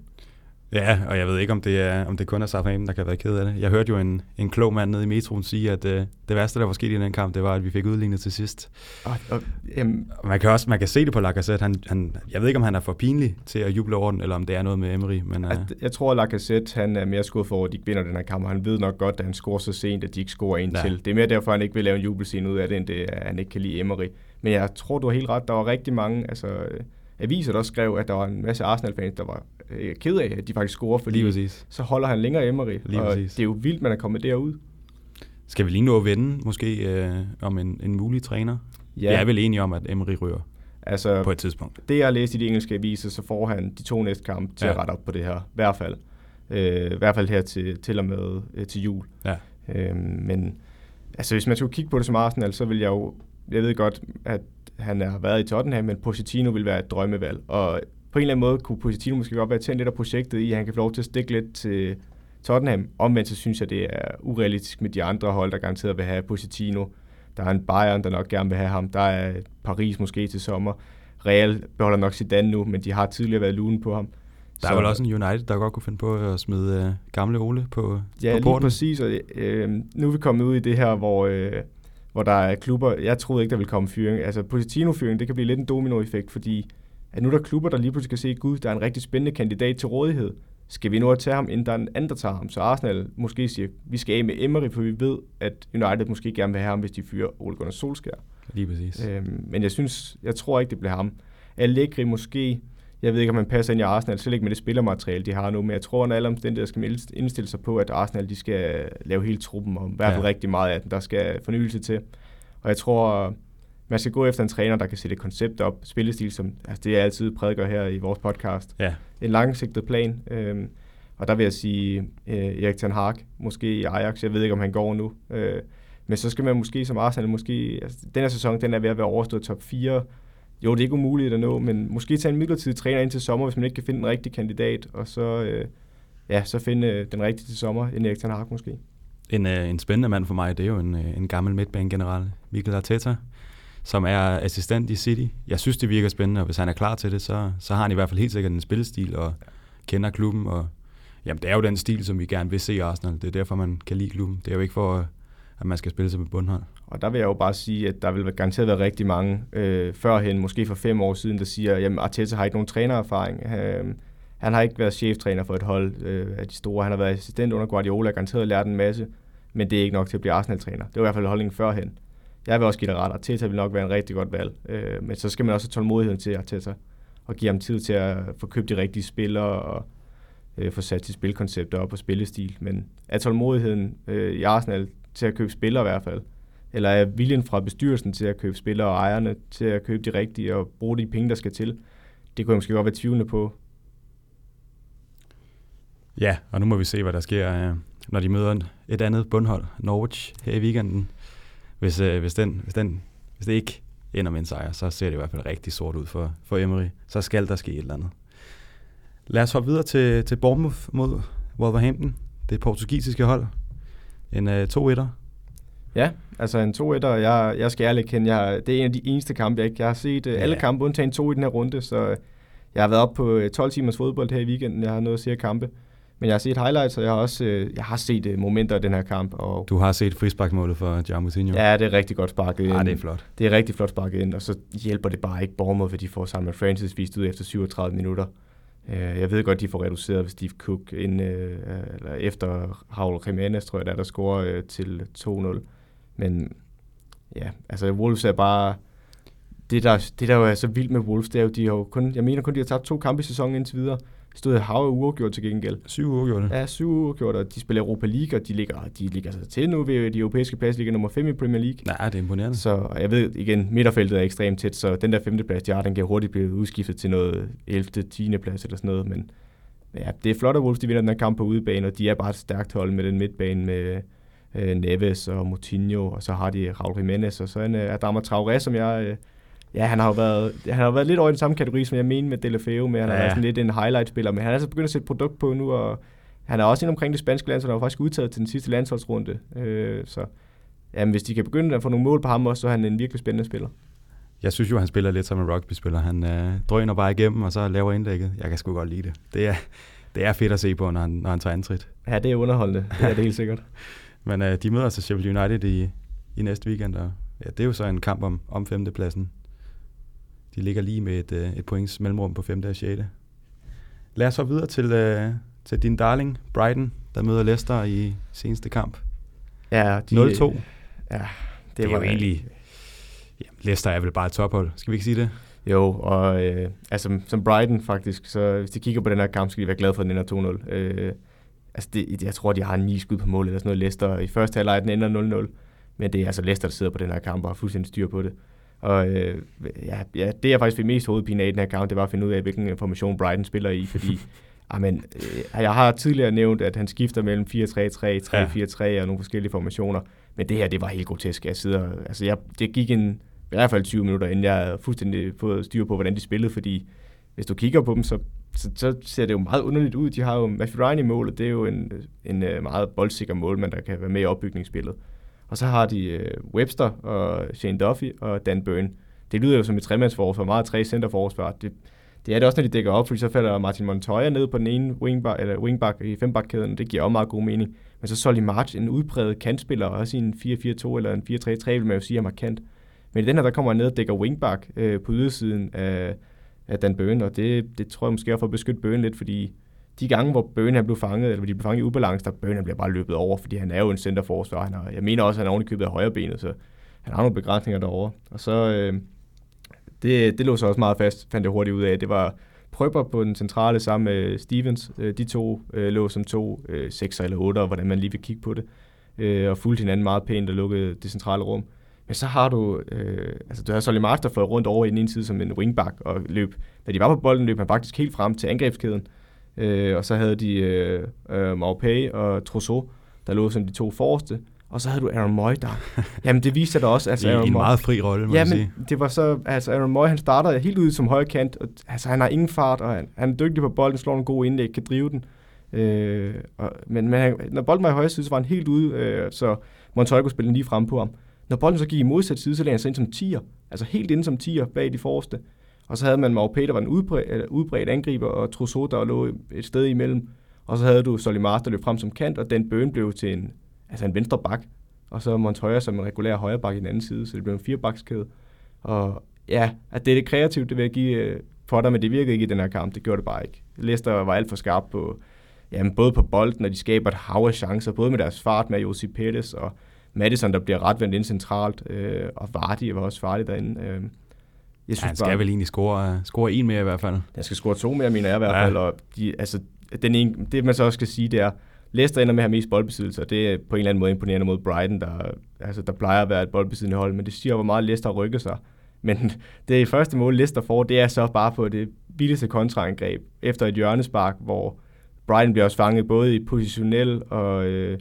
Ja, og jeg ved ikke, om det er om det kun er Southampton, der kan være ked af det. Jeg hørte jo en, en klog mand nede i metroen sige, at øh, det værste, der var sket i den kamp, det var, at vi fik udlignet til sidst. Og, og, jamen, man kan også man kan se det på Lacazette. Han, han, jeg ved ikke, om han er for pinlig til at juble over den, eller om det er noget med Emery. Men, øh. at, jeg tror, at Lacazette han er mere skuffet over, at de ikke vinder den her kamp. Han ved nok godt, at han scorer så sent, at de ikke scorer en ja. til. Det er mere derfor, han ikke vil lave en jubelscene ud af det, end det, at han ikke kan lide Emery. Men jeg tror, du har helt ret. Der var rigtig mange altså, aviser, der skrev, at der var en masse Arsenal-fans, der var øh, ked af, at de faktisk scorer, fordi så holder han længere Emery. Lige og præcis. Det er jo vildt, man er kommet derud. Skal vi lige nå at vende, måske, øh, om en, en mulig træner? Ja. Jeg er vel enig om, at Emery ryger altså, på et tidspunkt. Det, jeg har læst i de engelske aviser, så får han de to næste kampe til ja. at rette op på det her. I hvert fald. Øh, I hvert fald her til, til og med øh, til jul. Ja. Øh, men altså, hvis man skulle kigge på det som Arsenal, så vil jeg jo... Jeg ved godt, at han har været i Tottenham, men Pochettino vil være et drømmevalg. Og på en eller anden måde kunne Pochettino måske godt være tændt lidt af projektet i, at han kan få lov til at stikke lidt til Tottenham. Omvendt så synes jeg, det er urealistisk med de andre hold, der garanteret vil have Pochettino. Der er en Bayern, der nok gerne vil have ham. Der er Paris måske til sommer. Real beholder nok Zidane nu, men de har tidligere været lune på ham. Der er så, vel også en United, der godt kunne finde på at smide øh, gamle Ole på, ja, på porten. Ja, lige præcis. Og, øh, nu er vi kommet ud i det her, hvor... Øh, hvor der er klubber, jeg troede ikke, der ville komme fyring. Altså Pochettino-fyring, det kan blive lidt en dominoeffekt, fordi at nu er der klubber, der lige pludselig kan se, gud, der er en rigtig spændende kandidat til rådighed. Skal vi nu at tage ham, inden der er en anden, der tager ham? Så Arsenal måske siger, vi skal af med Emery, for vi ved, at United måske gerne vil have ham, hvis de fyrer Ole Gunnar Solskjær. Lige præcis. Øhm, men jeg synes, jeg tror ikke, det bliver ham. Allegri måske, jeg ved ikke, om man passer ind i Arsenal, selv ikke med det spillermateriale, de har nu, men jeg tror, at alle omstændigheder skal man indstille sig på, at Arsenal de skal lave hele truppen, og i hvert fald ja. rigtig meget af den, der skal fornyelse til. Og jeg tror, man skal gå efter en træner, der kan sætte et koncept op, spillestil, som altså det er altid prædiker her i vores podcast. Ja. En langsigtet plan. Øhm, og der vil jeg sige øh, Erik ten Hag, måske i Ajax, jeg ved ikke, om han går nu. Øh, men så skal man måske som Arsenal, måske, altså den her sæson, den er ved at være overstået top fire. Jo, det er ikke umuligt at nå, men måske tage en midlertidig træner ind til sommer, hvis man ikke kan finde en rigtig kandidat, og så, øh, ja, så finde øh, den rigtige til sommer, en Erik ten Hag måske. En, øh, en spændende mand for mig, det er jo en, øh, en gammel midtbanegeneral, Mikel Arteta, som er assistent i City. Jeg synes, det virker spændende, og hvis han er klar til det, så, så har han i hvert fald helt sikkert en spillestil, og kender klubben, og jamen, det er jo den stil, som vi gerne vil se i Arsenal. Det er derfor, man kan lide klubben. Det er jo ikke for, at man skal spille sig med bundhold. Og der vil jeg jo bare sige, at der vil garanteret være rigtig mange øh, førhen, måske for fem år siden, der siger, at Arteta har ikke nogen trænererfaring. Øh, han har ikke været cheftræner for et hold øh, af de store. Han har været assistent under Guardiola, garanteret lært en masse, men det er ikke nok til at blive Arsenal-træner. Det var i hvert fald holdningen førhen. Jeg vil også give dig ret. Arteta vil nok være en rigtig godt valg. Øh, men så skal man også have tålmodigheden til Arteta, og give ham tid til at få købt de rigtige spillere, og øh, få sat sit spilkoncepter op og spillestil. Men er tålmodigheden øh, i Arsenal til at købe spillere i hvert fald, eller er viljen fra bestyrelsen til at købe spillere og ejerne til at købe de rigtige og bruge de penge, der skal til, det kunne jeg måske godt være tvivlende på. Ja, og nu må vi se, hvad der sker, når de møder et andet bundhold, Norwich, her i weekenden. Hvis, øh, hvis, den, hvis, den, hvis det ikke ender med en sejr, så ser det i hvert fald rigtig sort ud for, for Emery. Så skal der ske et eller andet. Lad os hoppe videre til, til Bournemouth mod Wolverhampton. Det portugisiske hold. En øh, to-etter. Ja, altså en to-etter. Jeg, jeg skal ærligt kende, jeg, det er en af de eneste kampe, jeg ikke. Jeg har set øh, ja. alle kampe undtagen to i den her runde, så jeg har været op på tolv timers fodbold her i weekenden. Jeg har noget at se af kampe. Men jeg har set highlights, og jeg har også øh, jeg har set øh, momenter af den her kamp. Og du har set frisparkmålet for João Moutinho? Ja, det er rigtig godt sparket ind. Ja, det er flot. Det er rigtig flot sparket ind, og så hjælper det bare ikke Bournemouth, fordi de får Simon Francis vist ud efter syvogtredive minutter. Uh, jeg ved godt, de får reduceret ved Steve Cook ind, uh, eller efter Raul Jimenez, tror jeg, der, der scorer uh, til to nul. Men ja, altså Wolves er bare... Det der, det der jo er så vildt med Wolves, det er jo, de har jo kun... Jeg mener kun, de har tabt to kampe i sæsonen indtil videre. stod et hav uafgjort til gengæld. Syv uafgjorte. Ja, syv uafgjort, og de spiller Europa League, og de ligger, de ligger sig til nu ved de europæiske pladser, ligger nummer fem i Premier League. Nej, det er imponerende. Så jeg ved igen, midterfeltet er ekstremt tæt, så den der femteplads, de har, den kan hurtigt blive udskiftet til noget ellevte tiende plads eller sådan noget, men ja, det er flot, at Wolves de vinder den her kamp på udebane, og de er bare et stærkt hold med den midtbane med øh, Neves og Moutinho, og så har de Raul Jimenez, og så en øh, Adama Traoré, som jeg... Øh, ja, han har jo været, han har været lidt over i den samme kategori, som jeg mener med Deulofeu, men han ja. er sådan lidt en highlight-spiller, men han er altså begyndt at sætte produkt på nu, og han er også inde omkring det spanske landshold, og har faktisk udtaget til den sidste landsholdsrunde, øh, så jamen, hvis de kan begynde at få nogle mål på ham også, så er han en virkelig spændende spiller. Jeg synes jo, han spiller lidt som en rugby-spiller. Han øh, drøner bare igennem, og så laver indlægget. Jeg kan sgu godt lide det. Det er, det er fedt at se på, når han, når han tager antrit. Ja, det er underholdende. Det er det helt sikkert. Men øh, de møder så Sheffield United i, i næste weekend, og ja, det er jo så en kamp om, om femtepladsen. De ligger lige med et, øh, et points mellemrum på femte og sjette. Lad os så videre til, øh, til din darling, Brighton, der møder Leicester i seneste kamp. Ja, de, nul to. Ja, det, det var jo egentlig... Ja, Leicester er vel bare et tophold, skal vi ikke sige det? Jo, og øh, altså, som Brighton faktisk, så hvis de kigger på den her kamp, skal de være glade for, at den ender to nul. Øh, altså det, jeg tror, de har ni skud på mål eller sådan noget. Leicester i første halvleg den ender nul nul, men det er altså Leicester, der sidder på den her kamp og har fuldstændig styr på det. Og øh, ja, ja, det jeg faktisk fik mest hovedpine af i den her kamp, det var at finde ud af, hvilken formation Brighton spiller i, fordi amen, øh, jeg har tidligere nævnt, at han skifter mellem fire tre tre, tre fire tre og nogle forskellige formationer, men det her, det var helt grotesk. Jeg sidder, altså jeg, det gik en i hvert fald tyve minutter, inden jeg havde fuldstændig fået styr på, hvordan de spillede, fordi hvis du kigger på dem, så, så, så ser det jo meget underligt ud. De har jo Matthew Ryan i målet, det er jo en, en meget boldsikker målmand, der kan være med i opbygningsspillet. Og så har de uh, Webster og Shane Duffy og Dan Burn. Det lyder jo som et tremandsforsvar, meget tre centerforsvar. Det, det er det også, når de dækker op, fordi så falder Martin Montoya ned på den ene wingback, eller wingback i femback-kæden, og det giver også meget god mening. Men så Solly March, en udpræget kantspiller, også i en fire fire to eller en fire tre tre, vil man jo sige, er markant. Men i den her, der kommer han ned og dækker wingback øh, på ydersiden af, af Dan Burn, og det, det tror jeg måske er for at beskytte Burn lidt, fordi de gange, hvor Burn han blev fanget, eller hvor de blev fanget i ubalance, der Burn han bliver bare løbet over, fordi han er jo en centerforsvar. Han har, jeg mener også, at han er ovenikøbet af højrebenet, så han har nogle begrænsninger derovre. Og så, øh, det, det lå så også meget fast, fandt jeg hurtigt ud af. Det var Prøber på den centrale sammen med Stevens. De to øh, lå som to, øh, sekser eller otter, hvordan man lige vil kigge på det, øh, og fulgte hinanden meget pænt og lukkede det centrale rum. Men så har du, øh, altså du har Solly March, der fløj rundt over i den ene side som en wingback og løb. Da de var på bolden, løb han faktisk helt frem til angrebskæden. Øh, og så havde de øh, øh, Maupay og Trousseau, der lå som de to forreste. Og så havde du Aaron Moy, der... Jamen, det viste sig da også... Altså, I Aaron en Moy, meget fri rolle, må ja, jeg men sige. Det var så... Altså, Aaron Moy, han starter helt ude som højre kant. Og, altså, han har ingen fart, og han, han er dygtig på bolden, slår en god indlæg, kan drive den. Øh, og, men men han, når bolden var i højre side, så var han helt ude, øh, så Montoya kunne spille den lige frem på ham. Når bolden så gik i modsat side, så lagde han sig ind som tier. Altså helt ind som tier bag de forreste. Og så havde man Maupay, der var en udbredt, udbredt angriber, og Trousseau, der lå et sted imellem. Og så havde du Solly March, der løb frem som kant, og Dan Burn blev til en, altså en venstre bak. Og så Montoya som en regulær højre bak i den anden side, så det blev en firebakskæde. Og ja, at det er det kreativt, det vil jeg give for dig, men det virkede ikke i den her kamp. Det gjorde det bare ikke. Leicester var alt for skarp på, jamen, både på bolden, og de skaber et hav af chancer, både med deres fart med Josip Pettis og Maddison, der bliver ret vendt ind centralt, øh, og Vardy var også farlig derinde. Øh, jeg synes ja, han skal bare, vel egentlig score, score en mere i hvert fald. Han skal score to mere, mener jeg i hvert fald. Ja. Og de, altså, den ene, det man så også skal sige, det er, Leicester ender med at have mest boldbesiddelse, og det er på en eller anden måde imponerende mod Brighton, der, altså, der plejer at være et boldbesiddende hold, men det siger, hvor meget Leicester rykker sig. Men det første mål, Leicester får, det er så bare på det vildeste kontraangreb efter et hjørnespark, hvor Brighton bliver også fanget både i positionel og øh,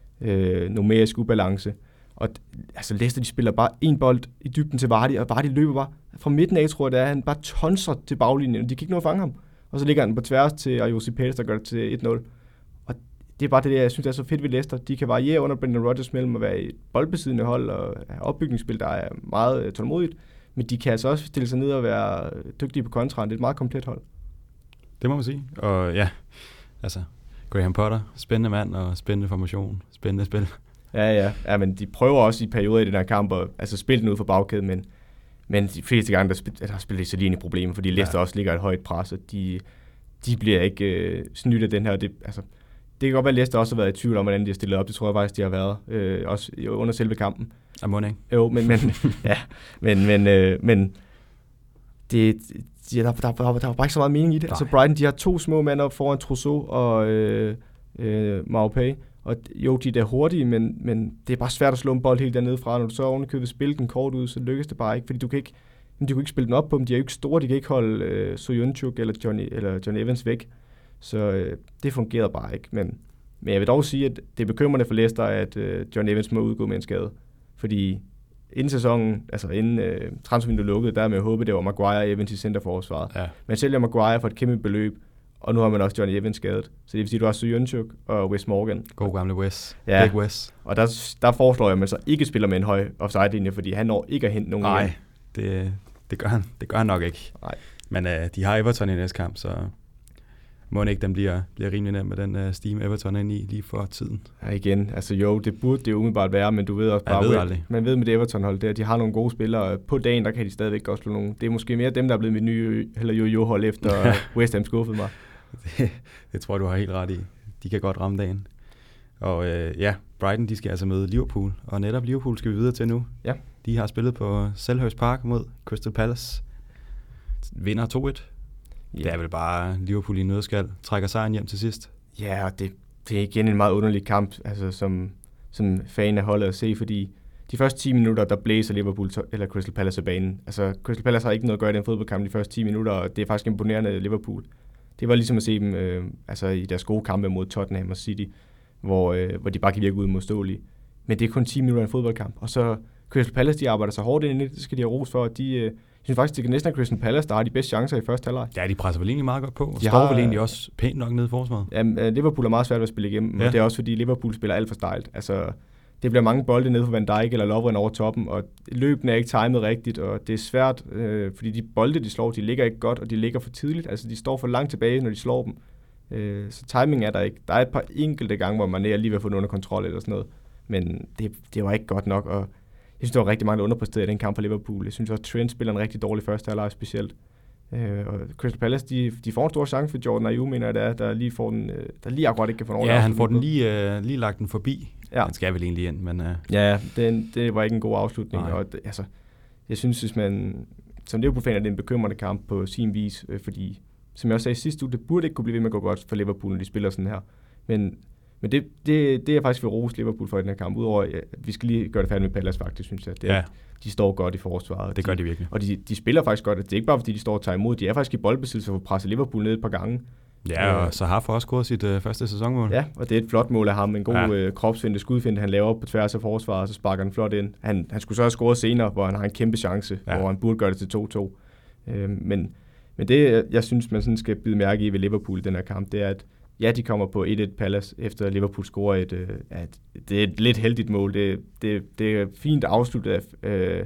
øh, numerisk ubalance. Og altså Leicester, de spiller bare en bold i dybden til Vardy, og Vardy løber bare fra midten af, tror jeg, det er, han bare tonser til baglinjen, og de kan ikke nå at fange ham. Og så ligger han på tværs til Josip Pettis, der gør det til et nul. Og det er bare det der, jeg synes, det er så fedt ved Leicester. De kan variere under Brendan Rodgers mellem at være et boldbesiddende hold og have opbygningsspil, der er meget tålmodigt. Men de kan altså også stille sig ned og være dygtige på kontraen. Det er et meget komplet hold. Det må man sige. Og ja, altså Graham Potter, spændende mand og spændende formation, spændende spil. Ja, ja. Ja, men de prøver også i perioder i den her kamp at altså, spille den ud for bagkæden, men, men de fleste gange, der, spil, der spiller de så lige ind i problemer, fordi Leicester ja. også ligger et højt pres, og de, de bliver ikke øh, snydt af den her. Det, altså, det kan godt være, at Leicester også har været i tvivl om, hvordan de har stillet op. Det tror jeg faktisk, de har været, øh, også under selve kampen. Amon, ikke? Jo, men, men, ja, men, men, øh, men det, de, der, der, der, der var bare ikke så meget mening i det. Nej. Altså Brighton, de har to små mænd op foran Trousseau og øh, øh, Maupay. Og jo, de er der hurtige, men, men det er bare svært at slå en bold helt dernede fra. Når du så ovenikøbet spiller den kort ud, så lykkes det bare ikke, fordi du kan ikke, du kan ikke spille den op på dem. De er jo ikke store, de kan ikke holde øh, Soyuncu eller Johnny, eller Johnny Evans væk. Så øh, det fungerede bare ikke. Men, men jeg vil dog sige, at det er bekymrende for Leicester, at øh, Johnny Evans må udgå med en skade. Fordi inden sæsonen, altså inden øh, transfervinduet lukkede, der med at håbe, det var Maguire og Evans i centerforsvaret. Ja. Men sælger Maguire for et kæmpe beløb, og nu har man også Johnny Evans skadet. Så det vil sige, at du har Soyuncu og Wes Morgan. God gamle Wes. Ja. Big Wes. Og der, der foreslår jeg, at man så ikke spiller med en høj offside-linje, fordi han når ikke at hente nogen. Nej, det, det, gør han. det gør han nok ikke. Nej. Men øh, de har Everton i næste kamp, så må ikke den bliver, bliver rimelig nem med den øh, steam Everton er inde i lige for tiden. Ja, igen. Altså jo, det burde det umiddelbart være, men du ved også bare, jeg ved aldrig. Man ved med det Everton-hold der, de har nogle gode spillere. På dagen, der kan de stadigvæk godt slå nogle. Det er måske mere dem, der er blevet mit nye eller jo-jo-hold efter West Ham skuffede mig. Det, det tror jeg, du har helt ret i. De kan godt ramme dagen. Og øh, ja, Brighton, de skal altså møde Liverpool. Og netop Liverpool skal vi videre til nu. Ja. De har spillet på Selhurst Park mod Crystal Palace. Vinder to et. Ja. Det er vel bare Liverpool i nødskal. Trækker sejren hjem til sidst. Ja, og det, det er igen en meget underlig kamp, altså som, som fan af holdet at se, fordi de første ti minutter, der blæser Liverpool eller Crystal Palace af banen. Altså Crystal Palace har ikke noget at gøre i den fodboldkamp de første ti minutter, og det er faktisk imponerende Liverpool. Det var ligesom at se dem øh, altså i deres gode kampe mod Tottenham og City, hvor, øh, hvor de bare kan virke udmodståelige. Men det er kun ti minutter i en fodboldkamp. Og så Crystal Palace, de arbejder så hårdt ind i det, det skal de have ros for. De, øh, jeg synes faktisk, det er næsten Crystal Palace, der har de bedste chancer i første halvleg. Ja, de presser vel egentlig meget godt på, og de står har, vel egentlig også pænt nok nede i forsvaret. Ja, Liverpool er meget svært at spille igennem, ja. Og det er også fordi Liverpool spiller alt for stejlt. Altså, det bliver mange bolde nede for Van Dijk eller Lovren over toppen, og løbene er ikke timet rigtigt, og det er svært, øh, fordi de bolde, de slår, de ligger ikke godt, og de ligger for tidligt. Altså, de står for langt tilbage, når de slår dem. Øh, så timing er der ikke. Der er et par enkelte gange, hvor man er lige ved at få den under kontrol eller sådan noget, men det, det var ikke godt nok, og jeg synes, der var rigtig mange, der underpræsterede i den kamp for Liverpool. Jeg synes også, at Trent spiller en rigtig dårlig første halvleg specielt. Øh, og Crystal Palace, de, de får en stor chance for Jordan Ayew, mener jeg, der, der lige får den, der lige akkurat ikke kan få nogen. Ja, han får den lige, uh, lige lagt den forbi. Ja. Han skal vel egentlig ind, men... Uh... Ja, det, det var ikke en god afslutning. Og det, altså, jeg synes, hvis man... Som Liverpool-fan er det en bekymrende kamp på sin vis, øh, fordi, som jeg også sagde sidste uge, det burde ikke kunne blive ved med at gå godt for Liverpool, når de spiller sådan her. Men, men det, det, det er faktisk ved rose Liverpool for i den her kamp, udover at vi skal lige gøre det færdigt med Palace faktisk, synes jeg. Det, ja. De står godt i forsvaret. Det gør de virkelig. Og de, de spiller faktisk godt. Det er ikke bare, fordi de står og tager imod. De er faktisk i boldbesiddelse for at presse Liverpool ned et par gange. Ja, og så har for også scoret sit øh, første sæsonmål. Ja, og det er et flot mål af ham. En god ja. øh, kropsfinde, skudfinde, han laver op på tværs af forsvaret, og så sparker han flot ind. Han, han skulle så have scoret senere, hvor han har en kæmpe chance, ja. Hvor han burde gøre det til to to. Øh, men, men det, jeg synes, man sådan skal bide mærke i ved Liverpool i den her kamp, det er, at ja, de kommer på et et Palace, efter Liverpool scorer et, øh, et, det er et lidt heldigt mål. Det, det, det er fint afsluttet af, øh,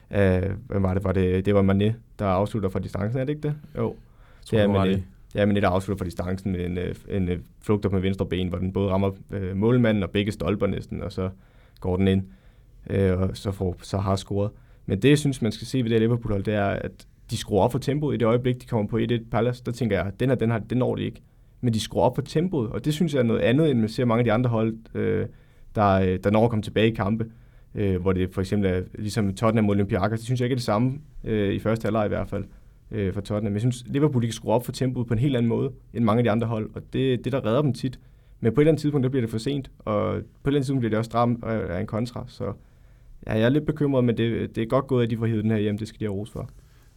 af hvad var det, var det, det var Mané, der afslutter fra distancen, er det ikke det? Jo, det er Mané. Ja, men det der afslutter fra distancen med en, en, en flugt op med venstre ben, hvor den både rammer øh, målmanden og begge stolper næsten, og så går den ind, øh, og så får så har scoret. Men det, jeg synes, man skal se ved det Liverpool-hold, det er, at de skruer op for tempoet i det øjeblik, de kommer på et et Palace. Der tænker jeg, den her, den her, den når de ikke. Men de skruer op for tempoet, og det synes jeg er noget andet, end man ser mange af de andre hold, øh, der, der når at komme tilbage i kampe, øh, hvor det for eksempel er ligesom Tottenham mod Olympiakos. Det synes jeg ikke er det samme øh, i første halvleg i hvert fald. For Tottenham. Jeg synes, Liverpool kan skrue op for tempoet på en helt anden måde end mange af de andre hold, og det det, der redder dem tit. Men på et eller andet tidspunkt, der bliver det for sent, og på et eller andet tidspunkt bliver det også stramt af en kontra, så ja, jeg er lidt bekymret, men det, det er godt gået, at de får hivet den her hjem, det skal de have ros for.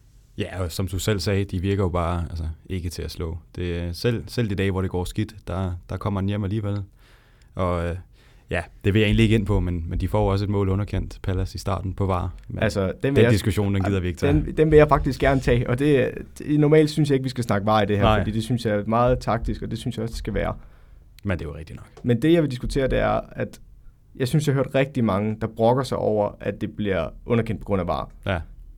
Ja, og som du selv sagde, de virker jo bare altså, ikke til at slå. Det, selv, selv de dage, hvor det går skidt, der, der kommer den hjem alligevel. Og ja, det vil jeg egentlig ikke ind på, men, men de får også et mål underkendt, Palace i starten på V A R. Altså, den, den jeg, diskussion, den gider vi ikke tage. Den, den vil jeg faktisk gerne tage, og det, det, normalt synes jeg ikke, vi skal snakke V A R i det her, Nej. Fordi det synes jeg er meget taktisk, og det synes jeg også, det skal være. Men det er jo rigtigt nok. Men det, jeg vil diskutere, det er, at jeg synes, jeg har hørt rigtig mange, der brokker sig over, at det bliver underkendt på grund af V A R. Ja.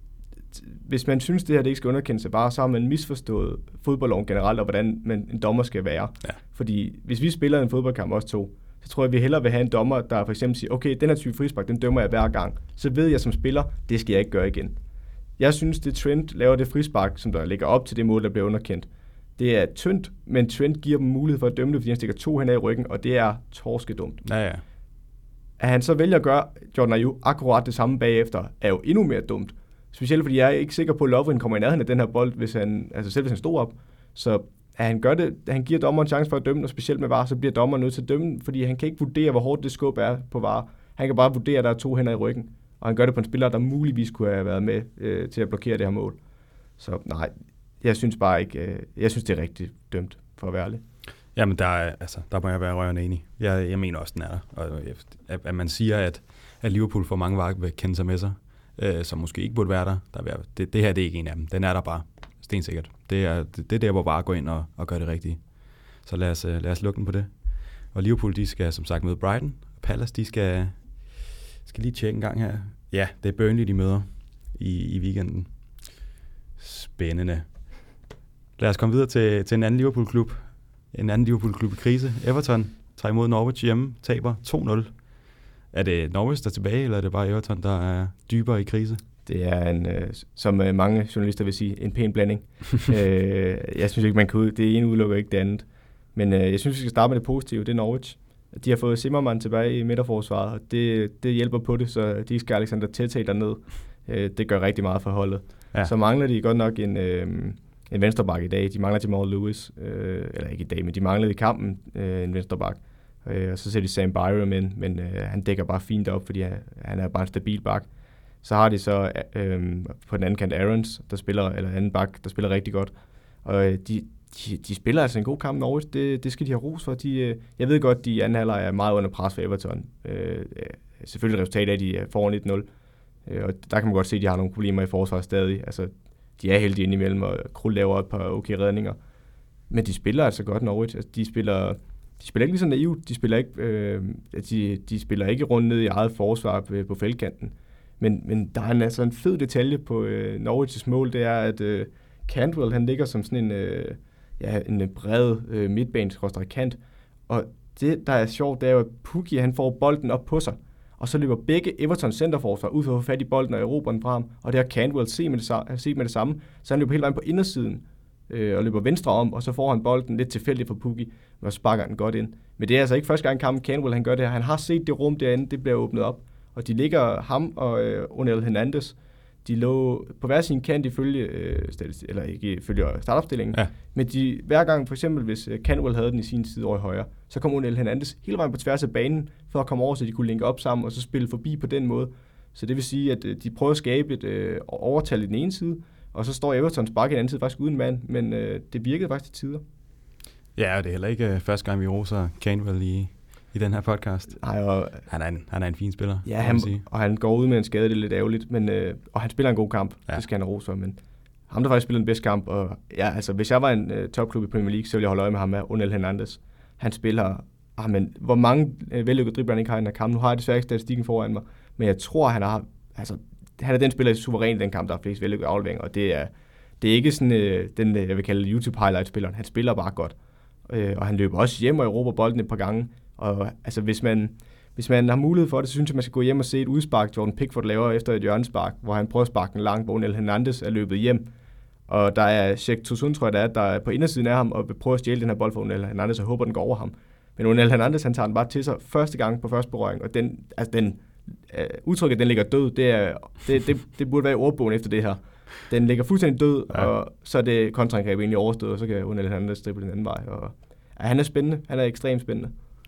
Hvis man synes, det her det ikke skal underkendes af V A R, så har man misforstået fodboldloven generelt, og hvordan man, en dommer skal være. Ja. Fordi hvis vi spiller en fodboldkamp også to, så tror jeg, vi hellere vil have en dommer, der for eksempel siger, okay, den her type frispark, den dømmer jeg hver gang. Så ved jeg som spiller, det skal jeg ikke gøre igen. Jeg synes, det Trent laver det frispark, som der ligger op til det mål, der bliver underkendt. Det er tyndt, men Trent giver dem mulighed for at dømme det, fordi han stikker to hænder i ryggen, og det er torskedumt. Ja, ja. At han så vælger at gøre Jordan Ayew akkurat det samme bagefter, er jo endnu mere dumt. Specielt fordi jeg er ikke sikker på, at Lovren kommer i nærheden af den her bold, hvis han, altså selv hvis han stod op. Så at han gør det, han giver dommeren en chance for at dømme, og specielt med V A R, så bliver dommeren nødt til at dømme, fordi han kan ikke vurdere, hvor hårdt det skub er på V A R. Han kan bare vurdere, at der er to hænder i ryggen, og han gør det på en spiller, der muligvis kunne have været med øh, til at blokere det her mål. Så nej, jeg synes bare ikke, øh, jeg synes det er rigtig dømt, for at være ærlig. Jamen, der, er, altså, der må jeg være rørende enig. Jeg, jeg mener også, den er der. Og at, at man siger, at, at Liverpool får mange varer ved at kende sig med sig, øh, som måske ikke burde være der. der er, det, det her det er ikke en af dem. Den er der bare. Stensikkert. Det er, det, det er der, hvor V A R går ind og, og gør det rigtige. Så lad os, lad os lukke den på det. Og Liverpool, de skal som sagt møde Brighton. Palace, de skal, skal lige tjekke en gang her. Ja, det er Burnley, de møder i, i weekenden. Spændende. Lad os komme videre til, til en anden Liverpool-klub. En anden Liverpool-klub i krise. Everton tager imod Norwich hjemme, taber to nul. Er det Norwich, der er tilbage, eller er det bare Everton, der er dybere i krise? Det er, en, øh, som øh, mange journalister vil sige, en pæn blanding. øh, jeg synes ikke, man kan ud. Det ene udelukker ikke det andet. Men øh, jeg synes, vi skal starte med det positive. Det er Norwich. De har fået Zimmermann tilbage i midterforsvaret, og det, det hjælper på det, så de skal Alexander Tete derned. Øh, det gør rigtig meget for holdet. Ja. Så mangler de godt nok en, øh, en venstreback i dag. De mangler Jamal Lewis. Øh, eller ikke i dag, men de manglede i kampen øh, en venstreback. Øh, og så ser de Sam Byram ind, men øh, han dækker bare fint op, fordi han, han er bare en stabil bak. Så har de så øh, på den anden kant Aarons, der spiller, eller anden bak, der spiller rigtig godt. Og øh, de, de, de spiller altså en god kamp, Norwich. Det, det skal de have ros for. De, øh, jeg ved godt, de anden halvleg er meget under pres for Everton. Øh, selvfølgelig resultatet af, at de er foran et nul. Øh, og der kan man godt se, at de har nogle problemer i forsvaret stadig. Altså, de er heldige indimellem, og Krul laver et par okay redninger. Men de spiller altså godt, Norwich. Altså, de spiller... De spiller ikke lige så naivt. De spiller ikke, øh, de, de spiller ikke rundt ned i eget forsvar på, på feltkanten. Men, men der er en, altså en fed detalje på øh, Norwich's mål, det er, at øh, Cantwell, han ligger som sådan en, øh, ja, en bred øh, midtbane-kant. Og det, der er sjovt, det er jo, at Pukki, han får bolden op på sig. Og så løber begge Evertons centerforsvar ud for at få fat i bolden og erobre den frem. Og det har Cantwell set med det, set med det samme. Så han løber helt vejen på indersiden øh, og løber venstre om, og så får han bolden lidt tilfældigt for Pukki, og sparker den godt ind. Men det er altså ikke første gang kampen Cantwell, han gør det her. Han har set det rum derinde, det bliver åbnet op. Og de ligger ham og øh, Onel Hernandez, de lå på hver sin kant ifølge, øh, eller ikke ifølge startopstillingen, ja. Men de, hver gang for eksempel, hvis øh, Cantwell havde den i sin side over i højre, så kom Onel Hernandez hele vejen på tværs af banen, for at komme over, så de kunne linke op sammen og så spille forbi på den måde. Så det vil sige, at øh, de prøver at skabe et øh, overtal i den ene side, og så står Evertons bakke i den anden side faktisk uden mand, men øh, det virkede faktisk til tider. Ja, og det er heller ikke øh, første gang, vi roser Cantwell i... i den her podcast. Ej, og, han, er en, han er en fin spiller. Ja, han, og han går ud med en skade, det er lidt ærgerligt, men, øh, og han spiller en god kamp, ja. Det skal han have ros for, men ham der faktisk spiller den bedste kamp, og ja, altså hvis jeg var en øh, topklub i Premier League, så ville jeg holde øje med ham med Onel Hernandez. Han spiller, ah, men hvor mange øh, vellykkede dribler han ikke har i den her kamp. Nu har jeg desværre ikke statistikken foran mig, men jeg tror, han har, altså han er den spiller suveræn i den kamp, der har flest vellykkede afleveringer, og det er, det er ikke sådan øh, den, jeg vil kalde YouTube highlight-spilleren. Han spiller bare godt, øh, og han løber også hjem og erobrer bolden et par gange. Og altså, hvis man, hvis man har mulighed for det, så synes jeg, man skal gå hjem og se et udspark, Jordan Pickford laver efter et hjørnespark, hvor han prøver at sparke den langt, hvor Onel Hernandez er løbet hjem. Og der er Sheikh Tosun, tror jeg, der er, der er på indersiden af ham og prøver at stjæle den her bold fra Onel Hernandez og håber, den går over ham. Men Onel Hernandez, han tager den bare til sig første gang på første berøring, og den, altså den, uh, udtrykket, den ligger død, det, er, det, det, det burde være i ordbogen efter det her. Den ligger fuldstændig død, ja. Og så er det kontraangreb egentlig overstået, og så kan Onel Hernandez drible den anden vej. Og, ja, han er spændende, han er ekstremt spændende.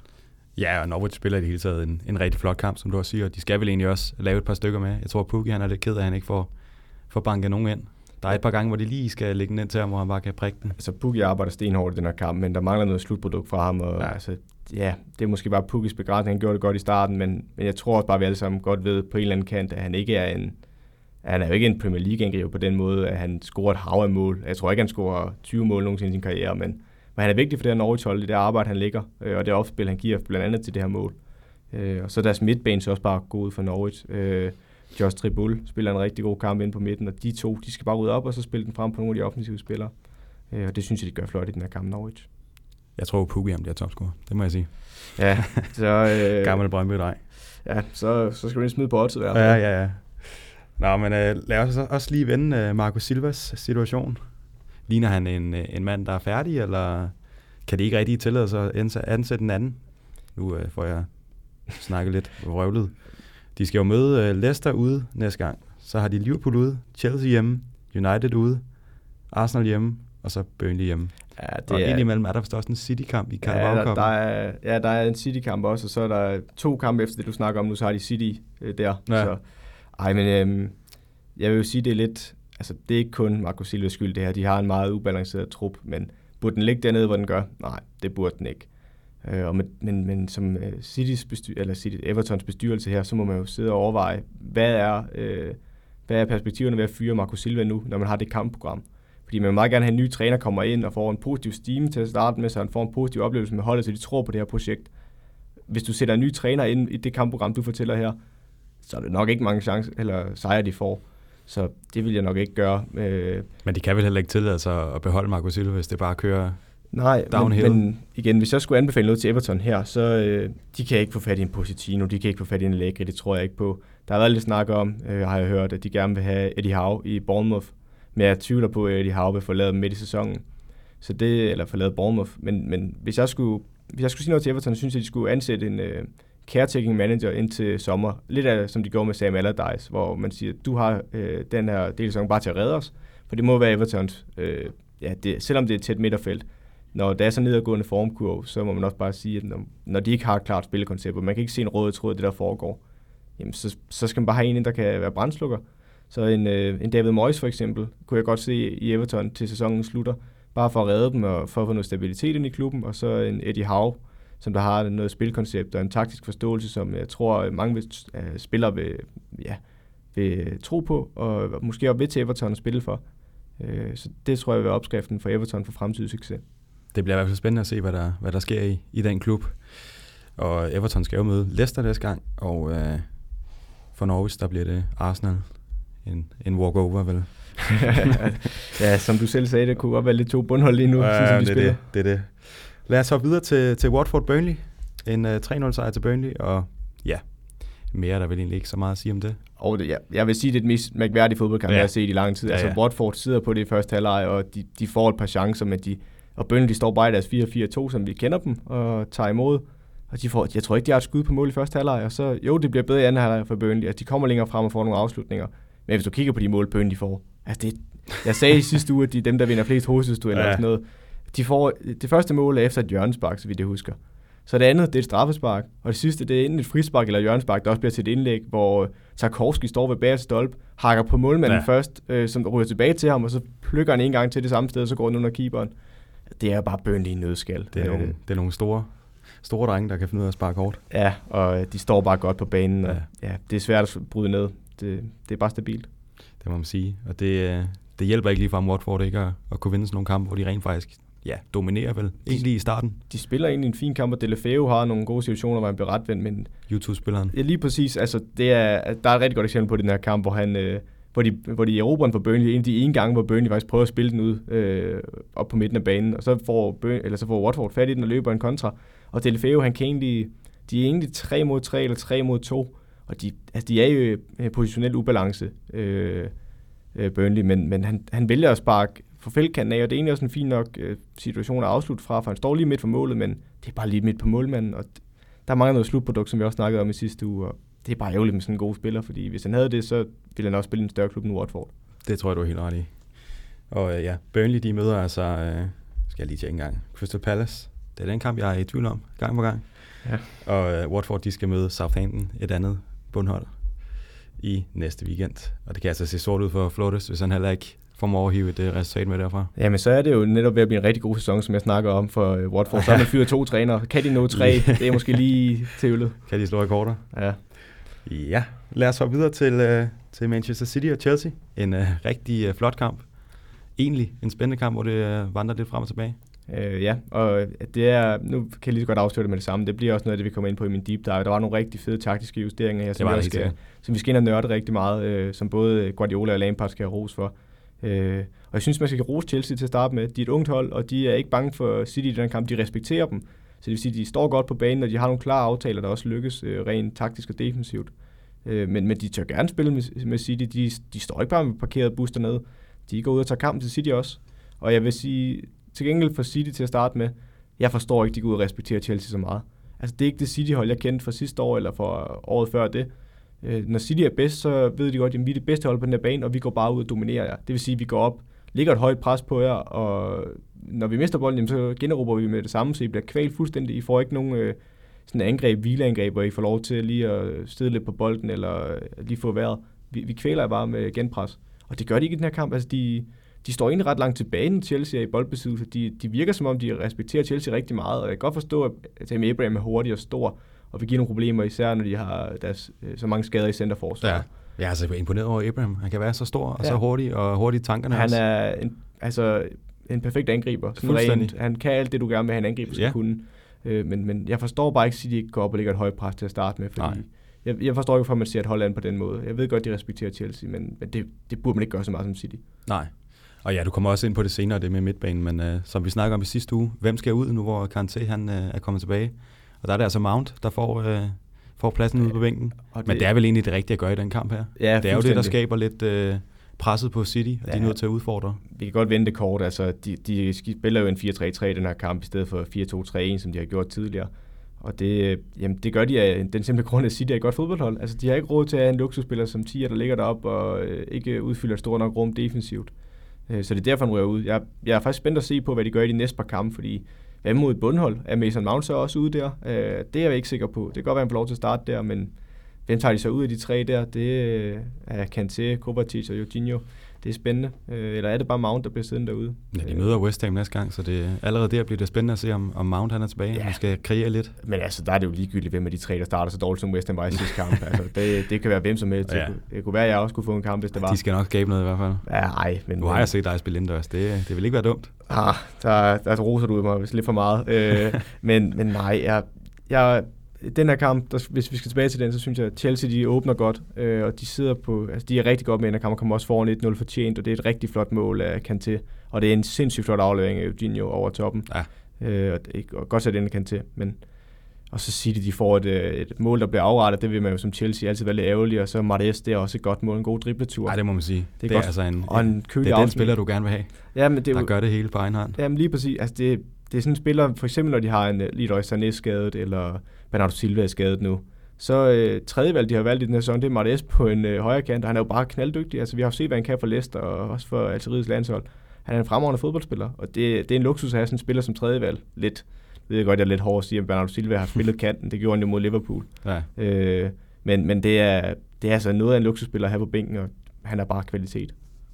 Ja, og Norwich spiller i det hele taget en, en rigtig flot kamp, som du også siger, og de skal vel egentlig også lave et par stykker med. Jeg tror, at Pukki, han er lidt ked af, at han ikke får, får banket nogen ind. Der er et par gange, hvor de lige skal lægge den ind til ham, hvor han bare kan prikke den. Altså, Pukki arbejder stenhårdt i den her kamp, men der mangler noget slutprodukt fra ham. Og, ja. Altså, ja, det er måske bare Pukkis begrænsning. Han gjorde det godt i starten, men, men jeg tror også bare, at vi alle sammen godt ved på en eller anden kant, at han ikke er en... Han er jo ikke en Premier League-angriber på den måde, at han scorer et hav af mål. Jeg tror ikke, han scorer tyve mål nogensinde i sin karriere, men, men han er vigtig for det her Norwich-hold, det der arbejde, han ligger, og det opspil, han giver blandt andet til det her mål. Og så er deres midtbane så også bare god for Norwich. Josh Tribul spiller en rigtig god kamp ind på midten, og de to, de skal bare rydde op og så spille den frem på nogle af de offensive spillere. Og det synes jeg, de gør flot i den her kamp, Norwich. Jeg tror, Pukki ham bliver topscorer. Det må jeg sige. Ja, så... Øh, Gammel Brøndby-drej. Ja, så, så skal vi smide på oddset i hvert fald. Ja, ja, ja. Nå, men øh, lad os også lige vende øh, Marco Silvas situation. Ligner han en, en mand, der er færdig, eller kan det ikke rigtig tillade sig at ansætte en anden? Nu øh, får jeg snakket lidt røvlet. De skal jo møde øh, Leicester ude næste gang, så har de Liverpool ude, Chelsea hjemme, United ude, Arsenal hjemme, og så Burnley hjemme. Ja, det og er, indimellem er der vist også en City-kamp i Carabao ja, der, Cup. der er, ja, der er en City-kamp også, og så er der to kampe efter det, du snakker om nu, så har de City øh, der. Ja. Så, ej, men øhm, jeg vil jo sige, det er lidt, altså det er ikke kun Marco Silvas skyld det her, de har en meget ubalanceret trup, men burde den ligge dernede, hvor den gør? Nej, det burde den ikke. Øh, og med, men, men som øh, Citys bestyr, eller City, Evertons bestyrelse her, så må man jo sidde og overveje, hvad er, øh, hvad er perspektiverne ved at fyre Marco Silva nu, når man har det kampprogram? Fordi man vil meget gerne have en ny træner kommer ind og får en positiv stime til at starte med, så han får en positiv oplevelse med holdet, så de tror på det her projekt. Hvis du sætter en ny træner ind i det kampprogram, du fortæller her, så er det nok ikke mange chancer eller sejre, de får. Så det vil jeg nok ikke gøre. Men de kan vel heller ikke tillade sig at beholde Marco Silva, hvis det bare kører Nej, downhill? Men, men igen, hvis jeg skulle anbefale noget til Everton her, så øh, de kan ikke få fat i en Pochettino, de kan ikke få fat i en Allegri, det tror jeg ikke på. Der har været lidt snak om, øh, har jeg hørt, at de gerne vil have Eddie Howe i Bournemouth, men jeg tvivler på, at Eddie Howe vil forlade dem midt i sæsonen. Så det, eller forlade Bournemouth. Men, men hvis, jeg skulle, hvis jeg skulle sige noget til Everton, så synes jeg, at de skulle ansætte en øh, caretaking manager indtil sommer. Lidt af som de går med Sam Allardyce, hvor man siger, at du har øh, den her del af sæsonen bare til at redde os. For det må være Evertons, øh, ja, det, selvom det er et tæt midterfelt. Når der er så nedadgående formkurve, så må man også bare sige, at når, når de ikke har et klart spillekoncept, og man kan ikke se en rød tråd af det, der foregår, jamen så, så skal man bare have en, der kan være brandslukker. Så en, øh, en David Moyes for eksempel, kunne jeg godt se i Everton til sæsonen slutter, bare for at redde dem og for at få noget stabilitet ind i klubben, og så en Eddie Howe, som der har noget spilkoncept og en taktisk forståelse, som jeg tror mange vil, uh, spillere vil, ja, vil tro på, og måske også ved til Everton at spille for. Uh, så det tror jeg vil være opskriften for Everton for fremtidig succes. Det bliver i hvert fald spændende at se, hvad der, hvad der sker i, i den klub. Og Everton skal jo møde Leicester næste gang, og uh, for Norwich, der bliver det Arsenal. En, en walk-over, vel? Ja, som du selv sagde, det kunne godt være lidt to bundhold lige nu, ja, sådan, som de det spiller. Det, det er det. Lad os hoppe videre til, til Watford-Burnley. En uh, tre nul sejr til Burnley, og ja, mere er der vel egentlig ikke så meget at sige om det. Og det, ja, jeg vil sige, det er det mest mærkværdige fodboldkamp, ja. Jeg har set i lang tid. Ja, ja. Altså, Watford sidder på det i første halvleg, og de, de får et par chancer, men de, og Burnley de står bare i deres fire fire to, som vi kender dem, og tager imod. Og de får, jeg tror ikke, de har et skud på mål i første halvleg, og så, jo, det bliver bedre i anden halvleg for Burnley, at de kommer længere frem og får nogle afslutninger. Men hvis du kigger på de mål, Burnley får, altså det, jeg sagde i sidste uge, at de dem, der vinder flest hovedstødsdueller ja. Eller sådan noget, de får, det første mål er efter et hjørnespark, så vidt jeg husker. Så det andet, det er et straffespark, og det sidste, det er enten et frispark eller et hjørnespark, der også bliver til et indlæg, hvor Tarkowski står ved bagerste stolpe, hakker på målmanden ja. Først, øh, som ryger tilbage til ham, og så plukker han en gang til det samme sted, og så går den under keeperen. Det er bare Burnley i nødskal. Det er, nogle, det er nogle store, store drenge, der kan finde ud af at sparke hårdt. Ja, og de står bare godt på banen, og ja, ja det er svært at bryde ned. Det, det er bare stabilt. Det må man sige, og det, det hjælper ikke lige fra Watford ikke at, at kunne vinde sådan nogle kampe, hvor de rent faktisk ja, dominerer vel, egentlig i starten. De spiller egentlig en fin kamp, og Deulofeu har nogle gode situationer, hvor han bliver retvendt, men YouTube-spilleren. Ja, lige præcis. Altså, det er, der er et rigtig godt eksempel på den her kamp, hvor han, øh, hvor de, hvor de erobrer for Burnley, en af de ene gange, hvor Burnley faktisk prøver at spille den ud øh, op på midten af banen, og så får, Burnley, eller så får Watford fat i den og løber en kontra, og Deulofeu, han kan egentlig, de er egentlig tre mod tre eller tre mod to, og de, altså, de er jo i positionel ubalance, øh, øh, Burnley, men, men han, han vælger at sparke for feltkanten af, og det er egentlig også en fin nok øh, situation at afslutte fra, for han står lige midt for målet, men det er bare lige midt på målmanden, og der mangler noget slutprodukt, som vi også snakkede om i sidste uge, og det er bare ærgerligt med sådan en god spiller, fordi hvis han havde det, så ville han også spille en større klub end Watford. Det tror jeg, du er helt ret i. Og øh, ja, Burnley, de møder altså, øh, skal jeg lige tjekke en gang, Crystal Palace. Det er den kamp, jeg er i tvivl om, gang på gang. Ja. Og øh, Watford, de skal møde Southampton, et andet bundhold, i næste weekend. Og det kan altså se sort ud for Flores, hvis han heller ikke formår at hive et resultat med derfra. Jamen, så er det jo netop ved at blive en rigtig god sæson, som jeg snakker om for uh, Watford. Så har man fyret to trænere. Kan de nå tre? Det er måske lige til øllet. Kan de slå rekorder? Ja. Ja, lad os hoppe videre til, uh, til Manchester City og Chelsea. En uh, rigtig uh, flot kamp. Egentlig en spændende kamp, hvor det uh, vandrer lidt frem og tilbage. Uh, ja, og det er, nu kan jeg lige så godt afsløre det med det samme. Det bliver også noget af det, vi kommer ind på i min deep dive. Der var nogle rigtig fede taktiske justeringer her, som vi, skal, som vi skal ind og nørde rigtig meget, uh, som både Guardiola og Lampard skal have ros for. Øh, og jeg synes, man skal rose Chelsea til at starte med. De er et ungt hold, og de er ikke bange for City i den kamp. De respekterer dem. Så det vil sige, at de står godt på banen, og de har nogle klare aftaler, der også lykkes øh, rent taktisk og defensivt. Øh, men, men de tør gerne spille med, med City. De, de står ikke bare med parkeret bus dernede. De går ud og tager kampen til City også. Og jeg vil sige, til gengæld for City til at starte med, jeg forstår ikke, de går ud og respekterer Chelsea så meget. Altså, det er ikke det City-hold, jeg kendte fra sidste år, eller fra året før det. Øh, når City er bedst, så ved de godt, at vi er det bedste hold på den her bane, og vi går bare ud og dominerer jer. Det vil sige, at vi går op, lægger et højt pres på jer, og når vi mister bolden, så generober vi med det samme, så I bliver kvalt fuldstændig. I får ikke nogen øh, sådan angreb, hvileangreb, hvor I får lov til lige at stede lidt på bolden, eller lige få vejret. Vi, vi kvæler jer bare med genpres. Og det gør de ikke i den her kamp. Altså, de, de står egentlig ret langt tilbage, når Chelsea er i boldbesiddelse. De, de virker som om, de respekterer Chelsea rigtig meget, og jeg kan godt forstå, at Tammy Abraham er hurtig og stor, og vi giver nogle problemer, især når de har deres, så mange skader i centerforsvaret. Ja. Jeg er altså imponeret over Abraham. Han kan være så stor og ja. så hurtig, og hurtig i tankerne. Han også. er en, altså en perfekt angriber. Rent, han kan alt det, du gerne vil have en angriber skal ja. kunne. Øh, men, men jeg forstår bare ikke, at de ikke går op og lægger et højt pres til at starte med, fordi jeg, jeg forstår ikke, hvorfor man ser et Holland på den måde. Jeg ved godt, de respekterer Chelsea, men, men det, det burde man ikke gøre så meget som City. Nej. Og ja, du kommer også ind på det senere, det med midtbanen, men uh, som vi snakker om i sidste uge, hvem skal ud nu, hvor Kanté han, uh, er kommet tilbage? Og der er det altså Mount, der får, uh, får pladsen ja, ude på bænken. Det, men det er vel egentlig det rigtige at gøre i den kamp her. Ja, det er jo det, der skaber lidt uh, presset på City, og ja, de er nødt til at udfordre. Vi kan godt vente kort. Altså, de, de spiller jo en fire tre tre i den her kamp, i stedet for fire to tre en, som de har gjort tidligere. Og det, jamen, det gør de af den simple grund, at City er et godt fodboldhold. Altså, de har ikke råd til at have en luksusspiller som tier, der ligger deroppe og øh, ikke udfylder et stort nok rum defensivt. Øh, så det er derfor, han ryger ud. Jeg, jeg er faktisk spændt at se på, hvad de gør i de næste par kampe, fordi hvad mod et bundhold? Er Mason Mount så også ude der? Øh, det er jeg ikke sikker på. Det kan godt være, han får lov til at starte der, men hvem tager de så ud af de tre der? Det er Kanté, Kovacic og Jorginho. Det er spændende. Øh, eller er det bare Mount, der bliver siddende derude? Ja, de møder West Ham næste gang, så det allerede der bliver det spændende at se, om, om Mount han er tilbage. Ja. Han skal kreere lidt. Men altså, der er det jo ligegyldigt, hvem af de tre, der starter så dårligt som West Ham var i sidste kamp. Altså, det, det kan være hvem som helst. Ja. Det, det kunne være, at jeg også kunne få en kamp, hvis det var. De skal nok skabe noget i hvert fald. Ja, ej. Men, nu har jeg set dig spille indendørs. Det, det vil ikke være dumt. Ah, der, der roser du ud mig, hvis lidt for meget. øh, men, men nej, jeg... jeg den her kamp, der, hvis vi skal tilbage til den, så synes jeg, at Chelsea de åbner godt, øh, og de sidder på, altså de er rigtig godt med, den her kamp, og kommer også foran et nul fortjent, og det er et rigtig flot mål af Kanté, og det er en sindssygt flot aflevering af Jorginho over toppen. Ja. Øh, og, det, og godt sætte den af Kanté, men og så siger de, de får et, et mål, der bliver afrettet, det vil man jo som Chelsea altid være lidt ærgerlig, og så Mahrez, det er også et godt mål, en god dribletur. Nej, det må man sige. Det er, det er altså en, og en det er den spiller, du gerne vil have, ja, men det der jo, gør det hele på egen hånd. Jamen lige præcis, altså det, det er sådan en spiller, for eksempel når de har en Leroy Sané skadet, eller Bernardo Silva er skadet nu, så øh, tredje valg, de har valgt i den her sæson, det er Mahrez på en øh, højre kant, og han er jo bare knalddygtig. Altså vi har jo set, hvad han kan for Leicester, og også for Algeriets landshold. Han er en fremragende fodboldspiller, og det, det er en luksus at have sådan en spiller som tredje valg. Lidt, jeg ved godt, jeg er lidt hårdt at sige, at Bernardo Silva har spillet kanten, det gjorde han jo mod Liverpool. Ja. Øh, men men det, er, det er altså noget af en luksusspiller at have på bænken, og han er bare kvalitet.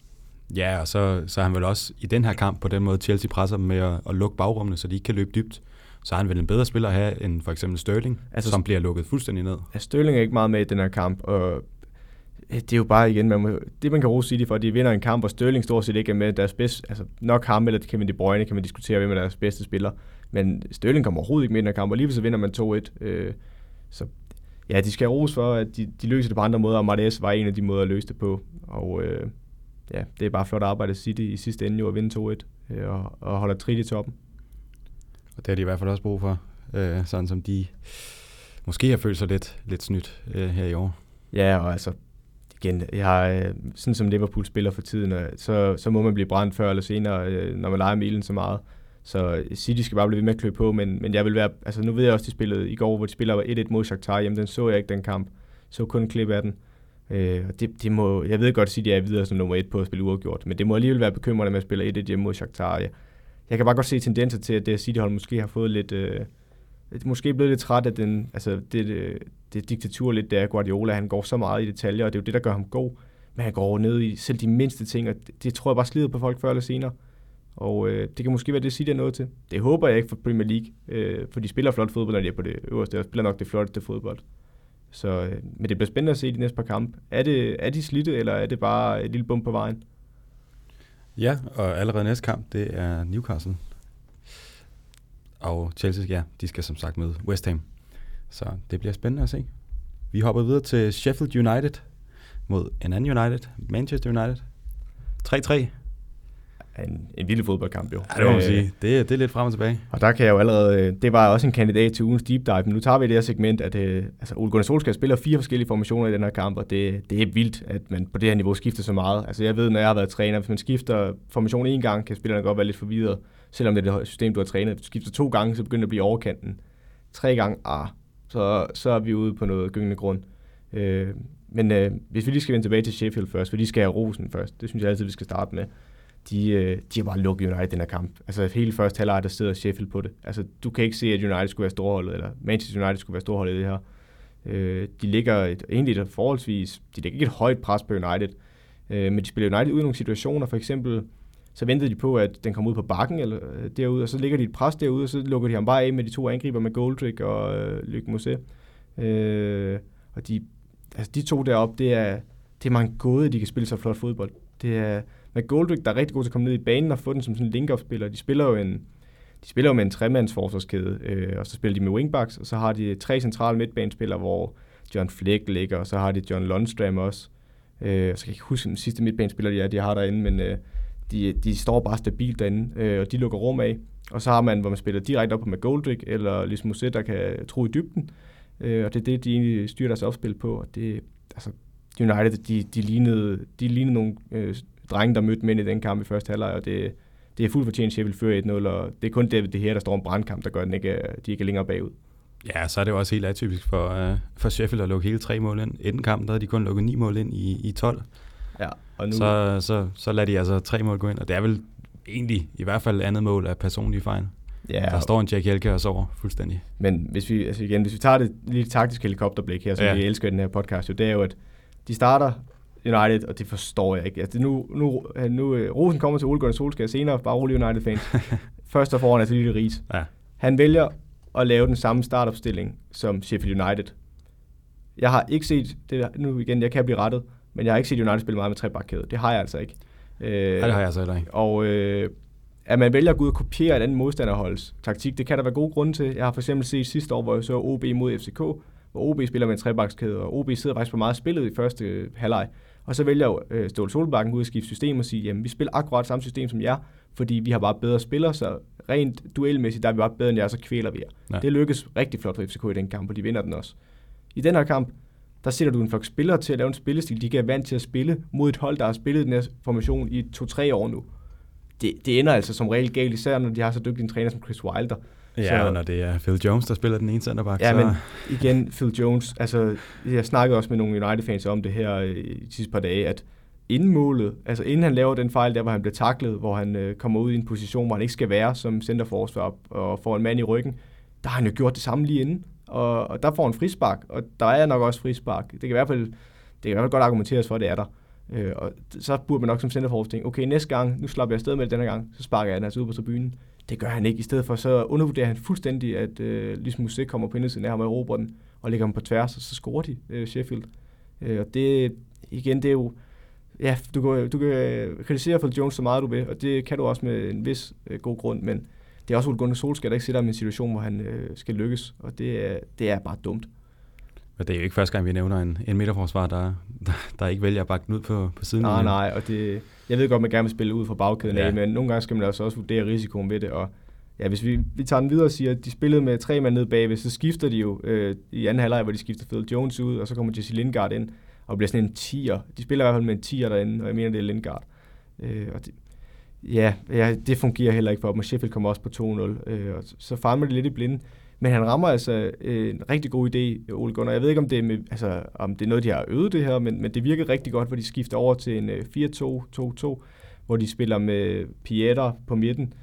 Ja, og så, så er han vel også i den her kamp på den måde, Chelsea presser dem med at, at lukke bagrummene, så de ikke kan løbe dybt. Så er han vel en bedre spiller at have end for eksempel Sterling, altså, som bliver lukket fuldstændig ned. Ja, Sterling er ikke meget med i den her kamp, og det er jo bare igen, man må, det man kan rose City for, at de vinder en kamp, og Sterling stort set ikke er med deres bedste, altså nok ham eller Kevin De Bruyne kan man diskutere, hvem er deres bedste spiller, men Sterling kommer overhovedet ikke med i den her kamp, og alligevel så vinder man to et. Øh, så ja, de skal rose for, at de, de løser det på andre måder, og Mahrez var en af de måder at løse det på, og øh, ja, det er bare flot arbejde af City i sidste ende jo at vinde to et, øh, og, og holder trit i toppen. Og det har de i hvert fald også brug for, øh, sådan som de måske har følt sig lidt, lidt snydt øh, her i år. Ja, og altså, igen, jeg har, sådan som Liverpool spiller for tiden, så, så må man blive brændt før eller senere, øh, når man leger milen så meget. Så City skal bare blive ved med at klø på, men, men jeg vil være, altså nu ved jeg også, de spillede i går, hvor de spiller et et mod Shakhtar, jamen den så jeg ikke, den kamp. Så kun en klip af den. Øh, og det, det må, jeg ved godt, at City er videre som nummer et på at spille uafgjort, men det må alligevel være bekymrende med at spille et et hjemme mod Shakhtar. Ja. Jeg kan bare godt se tendenser til, at det City-hold måske har fået lidt, øh, måske blevet lidt træt af den, altså det, det, det diktatur lidt, der Guardiola, han går så meget i detaljer, og det er jo det, der gør ham god, men han går ned i selv de mindste ting, og det, det tror jeg bare slider på folk før eller senere, og øh, det kan måske være det, City er nået til. Det håber jeg ikke for Premier League, øh, for de spiller flot fodbold, når de er på det øverste, og spiller nok det flotteste fodbold. Så, øh, men det bliver spændende at se i de næste par kampe. Er, det, er de slidte, eller er det bare et lille bump på vejen? Ja, og allerede næste kamp, det er Newcastle. Og Chelsea, ja, de skal som sagt møde West Ham. Så det bliver spændende at se. Vi hopper videre til Sheffield United mod en anden United, Manchester United. tre tre. En, en vild fodboldkamp jo. Ja, det må man sige. Det, det er lidt frem og tilbage. Og der kan jeg jo allerede, det var også en kandidat til ugens deep dive, men nu tager vi det her segment, at altså, Ole Gunnar Solskjaer spiller fire forskellige formationer i den her kamp, og det, det er vildt, at man på det her niveau skifter så meget. Altså jeg ved, når jeg har været træner, hvis man skifter formation en gang, kan spillerne godt være lidt forvirret, selvom det er det system, du har trænet. Hvis du skifter to gange, så begynder det at blive overkanten. Tre gange, ah, så, så er vi ude på noget gyngende grund. Øh, men øh, hvis vi lige skal vende tilbage til Sheffield først, for de skal have rosen først, det synes jeg altid, vi skal starte med. De, øh, de har bare lukket United i den her kamp. Altså hele første halvleg, der sidder Sheffield på det. Altså du kan ikke se, at United skulle være storholdet, eller Manchester United skulle være storholdet i det her. Øh, de ligger et, egentlig et forholdsvis, de ligger ikke et højt pres på United, øh, men de spiller United ud i nogle situationer, for eksempel, så ventede de på, at den kom ud på bakken eller øh, derude, og så ligger de et pres derude, og så lukker de ham bare af med de to angriber med Goldrick og øh, Luc Mousset. Øh, og de, altså de to deroppe, det er, det er mange gåde, de kan spille så flot fodbold. Det er med Goldrick, der er rigtig god til at komme ned i banen og få den som sådan en link-up-spiller. De spiller jo en, de spiller jo med en tremandsforsvarskæde, øh, og så spiller de med wingbacks, og så har de tre centrale midtbanespillere, hvor John Fleck ligger, og så har de John Lundstram også. Øh, så kan jeg ikke huske den sidste midtbanespiller, de, er, de har derinde, men øh, de, de står bare stabilt derinde, øh, og de lukker rum af. Og så har man, hvor man spiller direkte op på McGoldrick, eller Luc Mousset, der kan tro i dybden. Øh, og det er det, de egentlig styrer deres opspil på. Og det, altså, United, de, de, lignede, de lignede nogle øh, drenge, der mødte mænd i den kamp i første halvleg, og det, det er fuldt fortjent, Sheffield fører et nul, og det er kun det, det her, der står en brandkamp, der gør, at den ikke, de ikke er længere bagud. Ja, så er det jo også helt atypisk for, uh, for Sheffield at lukke hele tre mål ind. Inden kampen, der havde de kun lukket ni mål ind i, i tolv. Ja, og nu... Så, så, så lader de altså tre mål gå ind, og det er vel egentlig i hvert fald andet mål af personlige fejl. Ja, der står en Jack Jelke og sover fuldstændig. Men hvis vi, altså igen, hvis vi tager det lidt taktisk helikopterblik her, som ja. vi elsker i den her podcast, jo, det er jo, at de starter United, og det forstår jeg ikke. Altså, nu, nu, nu uh, Rosen kommer til Ole Gunnar Solskjaer senere, bare rolig United-fans. Først og foran er til Lille Riis. Ja. Han vælger at lave den samme startopstilling som Sheffield United. Jeg har ikke set, det nu igen, jeg kan blive rettet, men jeg har ikke set United spille meget med trebakkæde. Det har jeg altså ikke. Øh, ja, det har jeg altså heller ikke. Og øh, at man vælger at gå ud og kopiere et andet modstanderholds taktik, det kan der være gode grunde til. Jeg har for eksempel set sidste år, hvor jeg så O B mod F C K, hvor O B spiller med en trebakskæde, og O B sidder faktisk på meget spillet i første øh, halvleg. Og så vælger øh, Ståle Solbakken ud at skifte system og sige, jamen vi spiller akkurat samme system som jer, fordi vi har bare bedre spillere, så rent duelmæssigt, der er vi bare bedre end jer, så kvæler vi jer. Ja. Det lykkes rigtig flot for F C K i den kamp, og de vinder den også. I den her kamp, der sætter du en flok spillere til at lave en spillestil, de er vant til at spille mod et hold, der har spillet den her formation i to-tre år nu. Det, det ender altså som regel galt, især når de har så dygtige en træner som Chris Wilder. Ja, så, og når det er Phil Jones, der spiller den ene centerback. Ja, så... men igen, Phil Jones, altså jeg snakkede også med nogle United-fans om det her i de sidste par dage, at inden målet, altså inden han laver den fejl der, hvor han bliver taklet, hvor han øh, kommer ud i en position, hvor han ikke skal være som centerforsvar og får en mand i ryggen, der har han jo gjort det samme lige inden, og, og der får han frispark, og der er nok også frispark. Det kan i hvert fald, det kan i hvert fald godt argumenteres for, at det er der. Øh, og så burde man nok som centerforsvar tænke, okay, næste gang, nu slapper jeg afsted med det denne gang, så sparker jeg den altså ud på tribunen. Det gør han ikke. I stedet for så undervurderer han fuldstændig, at øh, Luc Mousset kommer på indersiden af ham og erobrer den, og lægger ham på tværs, og så scorer de øh, Sheffield. Øh, og det, igen, det er jo, ja, du kan, du kan kritisere Phil Jones så meget du vil, og det kan du også med en vis øh, god grund, men det er også Ole Gunnar Solskjaer, der ikke sætter ham i en situation, hvor han øh, skal lykkes, og det er, det er bare dumt. Men det er jo ikke første gang, vi nævner en, en midterforsvar, der, der, der ikke vælger at bakke den ud på, på siden. Nej, nej, og det, jeg ved godt, man gerne vil spille ud fra bagkæden ja. af, men nogle gange skal man altså også vurdere risikoen ved det, og ja, hvis vi, vi tager den videre og siger, at de spillede med tre mand nede bagved, så skifter de jo øh, i anden halvleg, hvor de skifter Phil Jones ud, og så kommer Jesse Lingard ind, og bliver sådan en tier. De spiller i hvert fald med en tier derinde, og jeg mener, det er Lingard. Øh, og det, ja, ja, det fungerer heller ikke for dem, og Sheffield kommer også på to nul, øh, og så famler det lidt i blinde. Men han rammer altså øh, en rigtig god idé, Ole Gunnar. Jeg ved ikke, om det er, med, altså, om det er noget, de har øvet det her, men, men det virker rigtig godt, hvor de skifter over til en øh, fire to to to, hvor de spiller med Pieter på midten.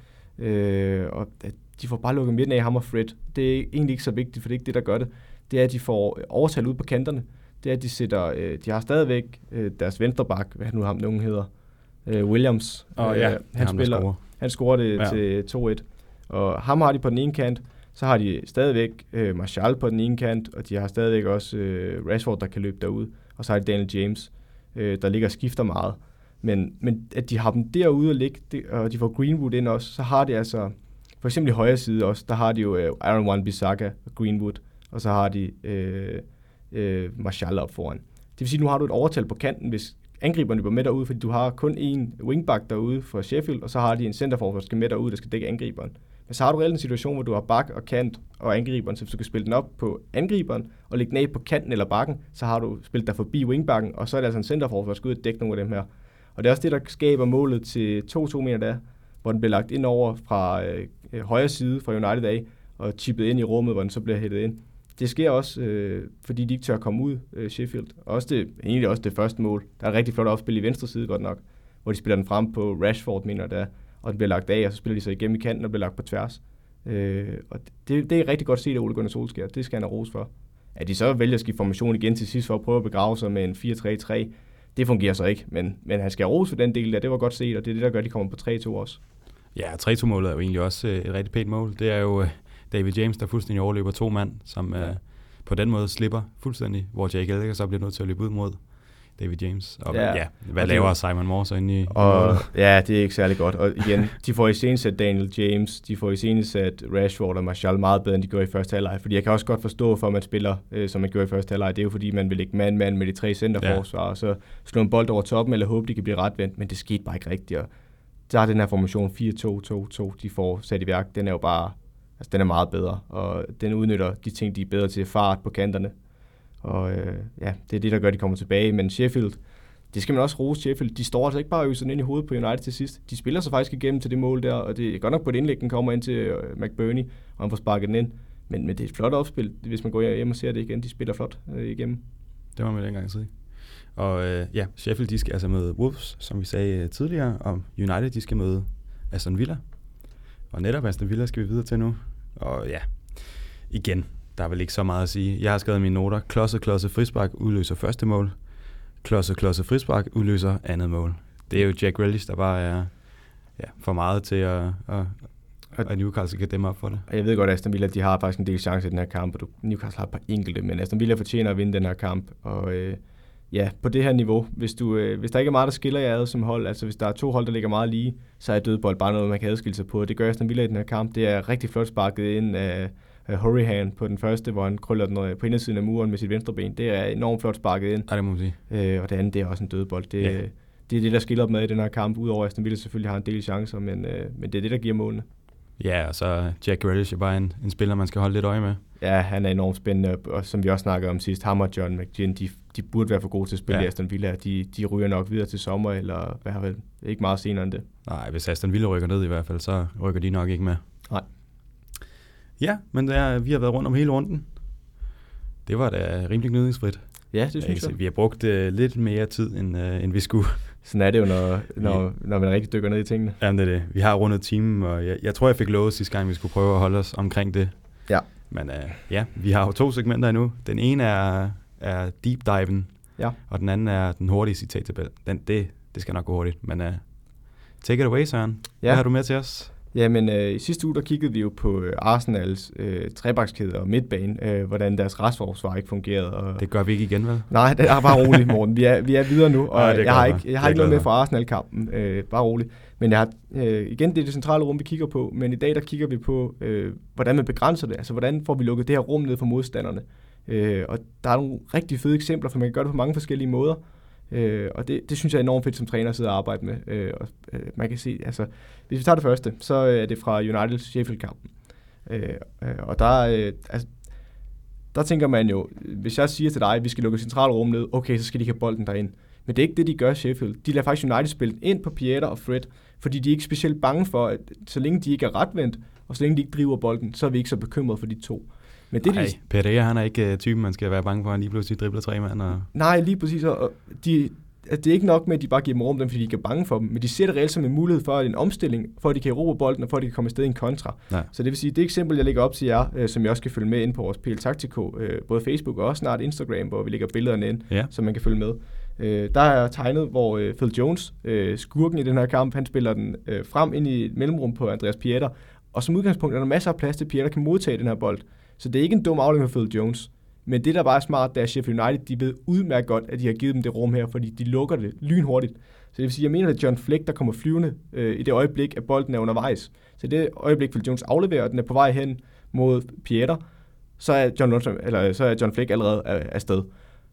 Øh, og de får bare lukket midten af ham og Fred. Det er egentlig ikke så vigtigt, for det er ikke det, der gør det. Det er, at de får overtal ud på kanterne. Det er, at de sætter, øh, de har stadigvæk øh, deres venstreback, hvad nu ham nogen hedder, øh, Williams. Oh, ja. øh, han, ham, spiller, han scorer det ja. til to et. Og ham har de på den ene kant. Så har de stadigvæk øh, Martial på den ene kant, og de har stadigvæk også øh, Rashford, der kan løbe derud. Og så har de Daniel James, øh, der ligger og skifter meget. Men, men at de har dem derude og ligge, det, og de får Greenwood ind også, så har de altså, for eksempel i højre side også, der har de jo øh, Aaron Wan-Bissaka og Greenwood, og så har de øh, øh, Martial op foran. Det vil sige, at nu har du et overtal på kanten, hvis angriberne løber med derude, fordi du har kun én wingback derude for Sheffield, og så har de en centerforward, der skal med derude, der skal dække angriberen. Men så har du reelt en situation, hvor du har bak og kant og angriberen, så hvis du kan spille den op på angriberen og lægge den af på kanten eller bakken, så har du spillet dig forbi wingbacken, og så er det altså en centerforward, der skal ud og dække nogle af dem her. Og det er også det, der skaber målet til to to meter der, hvor den bliver lagt ind over fra øh, højre side fra United af, og chippet ind i rummet, hvor den så bliver hættet ind. det sker også, øh, fordi de ikke tør komme ud, øh, Sheffield. Også det, egentlig også det første mål. Der er et rigtig flot opspil i venstre side, godt nok, hvor de spiller den frem på Rashford, mener der, og den bliver lagt af, og så spiller de sig igennem i kanten og bliver lagt på tværs. Øh, og det, det er rigtig godt set af Ole Gunnar Solskjær. Det skal han have ros for. At de så vælger at skifte formation igen til sidst for at prøve at begrave sig med en fire tre tre, det fungerer så ikke. Men, men han skal have ros for den del der. Det var godt set, og det er det, der gør, at de kommer på tre to også. Ja, tre to-målet er jo egentlig også et rigtig pænt mål. Det er jo David James, der fuldstændig overløber to mand, som ja. uh, på den måde slipper fuldstændig, hvor Jake Elliott så bliver nødt til at løbe ud mod David James. Og ja, ja hvad og laver det, Simon Moore så inde i... Og, ja, det er ikke særlig godt. Og igen, de får i scenesat Daniel James, de får i scenesat Rashford og Martial meget bedre, end de gør i første halvleg. Fordi jeg kan også godt forstå, for at man spiller, øh, som man gjorde i første halvleg. Det er jo fordi, man vil lægge mand-mand med de tre centerforsvar, ja. Og så slå en bold over toppen, eller håbe, de kan blive retvendt. Men det skete bare ikke rigtigt. Og der er den her formation fire to to to, de får sat i værk. Den er jo bare... Altså, den er meget bedre, og den udnytter de ting, de er bedre til, fart på kanterne. Og øh, ja, det er det, der gør, at de kommer tilbage. Men Sheffield, det skal man også rose Sheffield. De står altså ikke bare øset ind i hovedet på United til sidst. De spiller sig faktisk igennem til det mål der, og det er godt nok på et indlæg, den kommer ind til uh, McBurney, og han får sparket den ind. Men, men det er et flot opspil, hvis man går hjem og ser det igen. De spiller flot øh, igennem. Det var man dengang sige. Og øh, ja, Sheffield, de skal altså møde Wolves, som vi sagde tidligere, og United, de skal møde Aston Villa. Og netop Aston Villa skal vi videre til nu. Og ja, igen, der er vel ikke så meget at sige. Jeg har skrevet mine noter. Klodse, klodse, frispark udløser første mål. Klodse, klodse, frispark udløser andet mål. Det er jo Jack Grealish, der bare er ja, for meget til at, at, at Newcastle kan dæmme op for det. Jeg ved godt, at Aston Villa, de har faktisk en del chance i den her kamp, og Newcastle har et par enkelte, men Aston Villa fortjener at vinde den her kamp. Og øh, ja, på det her niveau, hvis, du, øh, hvis der ikke er meget, der skiller jer ad som hold, altså hvis der er to hold, der ligger meget lige, så er dødbold bare noget, man kan adskille sig på. Det gør Aston Villa i den her kamp. Det er rigtig flot sparket ind af uh, Hurricane på den første, hvor han krøller den på indersiden af muren med sit venstre ben. Det er enormt flot sparket ind. Ja, det må man sige. Øh, og det andet, det er også en dødbold. Det, ja. det er det, der skiller op med i den her kamp, udover at Aston Villa selvfølgelig har en del chancer, men, øh, men det er det, der giver målene. Ja, og så Jack Grealish er bare en, en spiller, man skal holde lidt øje med. Ja, han er enormt spændende, og som vi også snakkede om sidst, ham og John McGinn, de, de burde være for gode til at spille ja. i Aston Villa. De, de ryger nok videre til sommer, eller hvad har vel, ikke meget senere end det. Nej, hvis Aston Villa rykker ned i hvert fald, så rykker de nok ikke med. Nej. Ja, men der, vi har været rundt om hele runden. Det var da rimelig gnidningsfrit. Ja, det synes jeg. Vi har brugt uh, lidt mere tid, end, uh, end vi skulle. Sådan er det jo, når, når, når man rigtig dykker ned i tingene. Jamen det er det. Vi har rundet timen, og jeg, jeg tror, jeg fik lovet sidste gang, vi skulle prøve at holde os omkring det. Ja. Men uh, ja, vi har jo to segmenter endnu. Den ene er, er deep diven, ja. Og den anden er den hurtige citattabel. Den, det, det skal nok gå hurtigt, men uh, take it away, Søren. Ja. Hvad har du med til os? Jamen, øh, i sidste uge, der kiggede vi jo på øh, Arsenals øh, trebakskæde og midtbane, øh, hvordan deres restforsvar ikke fungerede. Og det gør vi ikke igen, vel? Nej, det er bare roligt, Morten. Vi er, vi er videre nu, og ja, jeg har ikke, jeg har ikke noget med fra Arsenal-kampen. Øh, bare roligt. Men jeg har, øh, igen, det er det centrale rum, vi kigger på, men i dag, der kigger vi på, øh, hvordan man begrænser det. Altså, hvordan får vi lukket det her rum ned for modstanderne. Øh, og der er nogle rigtig fede eksempler, for man kan gøre det på mange forskellige måder. Øh, og det, det synes jeg er enormt fedt som træner at sidde og arbejde med. Øh, og, øh, man kan se, altså, hvis vi tager det første, så er det fra Uniteds Sheffield-kampen. Øh, øh, og der, øh, altså, der tænker man jo, hvis jeg siger til dig, at vi skal lukke centralrum ned, okay, så skal de ikke have bolden derind. Men det er ikke det, de gør Sheffield. De lader faktisk United spille ind på Pieter og Fred, fordi de er ikke specielt bange for, at så længe de ikke er retvendt, og så længe de ikke driver bolden, så er vi ikke så bekymrede for de to. Men det, nej, de... Pereira, han er ikke uh, typen, man skal være bange for, at han lige pludselig dribler tre mand. Og... Nej, lige præcis. Og de, at det er ikke nok med, at de bare giver dem rum, fordi de ikke er bange for dem, men de ser det reelt som en mulighed for en omstilling, for at de kan erobre bolden, og for at de kan komme afsted i en kontra. Nej. Så det vil sige, det eksempel, jeg lægger op til jer, øh, som jeg også kan følge med ind på vores P L Taktiko, øh, både Facebook og også snart Instagram, hvor vi lægger billederne ind, ja. Så man kan følge med. Øh, der er tegnet, hvor øh, Phil Jones, øh, skurken i den her kamp, han spiller den øh, frem ind i et mellemrum på Andreas Pieter, og som udgangspunkt er der masser af plads til, at Pieter kan modtage den her bold. Så det er ikke en dum aflevering med Phil Jones. Men det, der bare er smart, det er Sheffield United, de ved udmærket godt, at de har givet dem det rum her, fordi de lukker det lynhurtigt. Så det vil sige, jeg mener, at John Fleck, der kommer flyvende øh, i det øjeblik, at bolden er undervejs. Så det øjeblik, Phil Jones afleverer, og den er på vej hen mod Pieter, så er John, Lundstrøm, eller, så er John Fleck allerede afsted.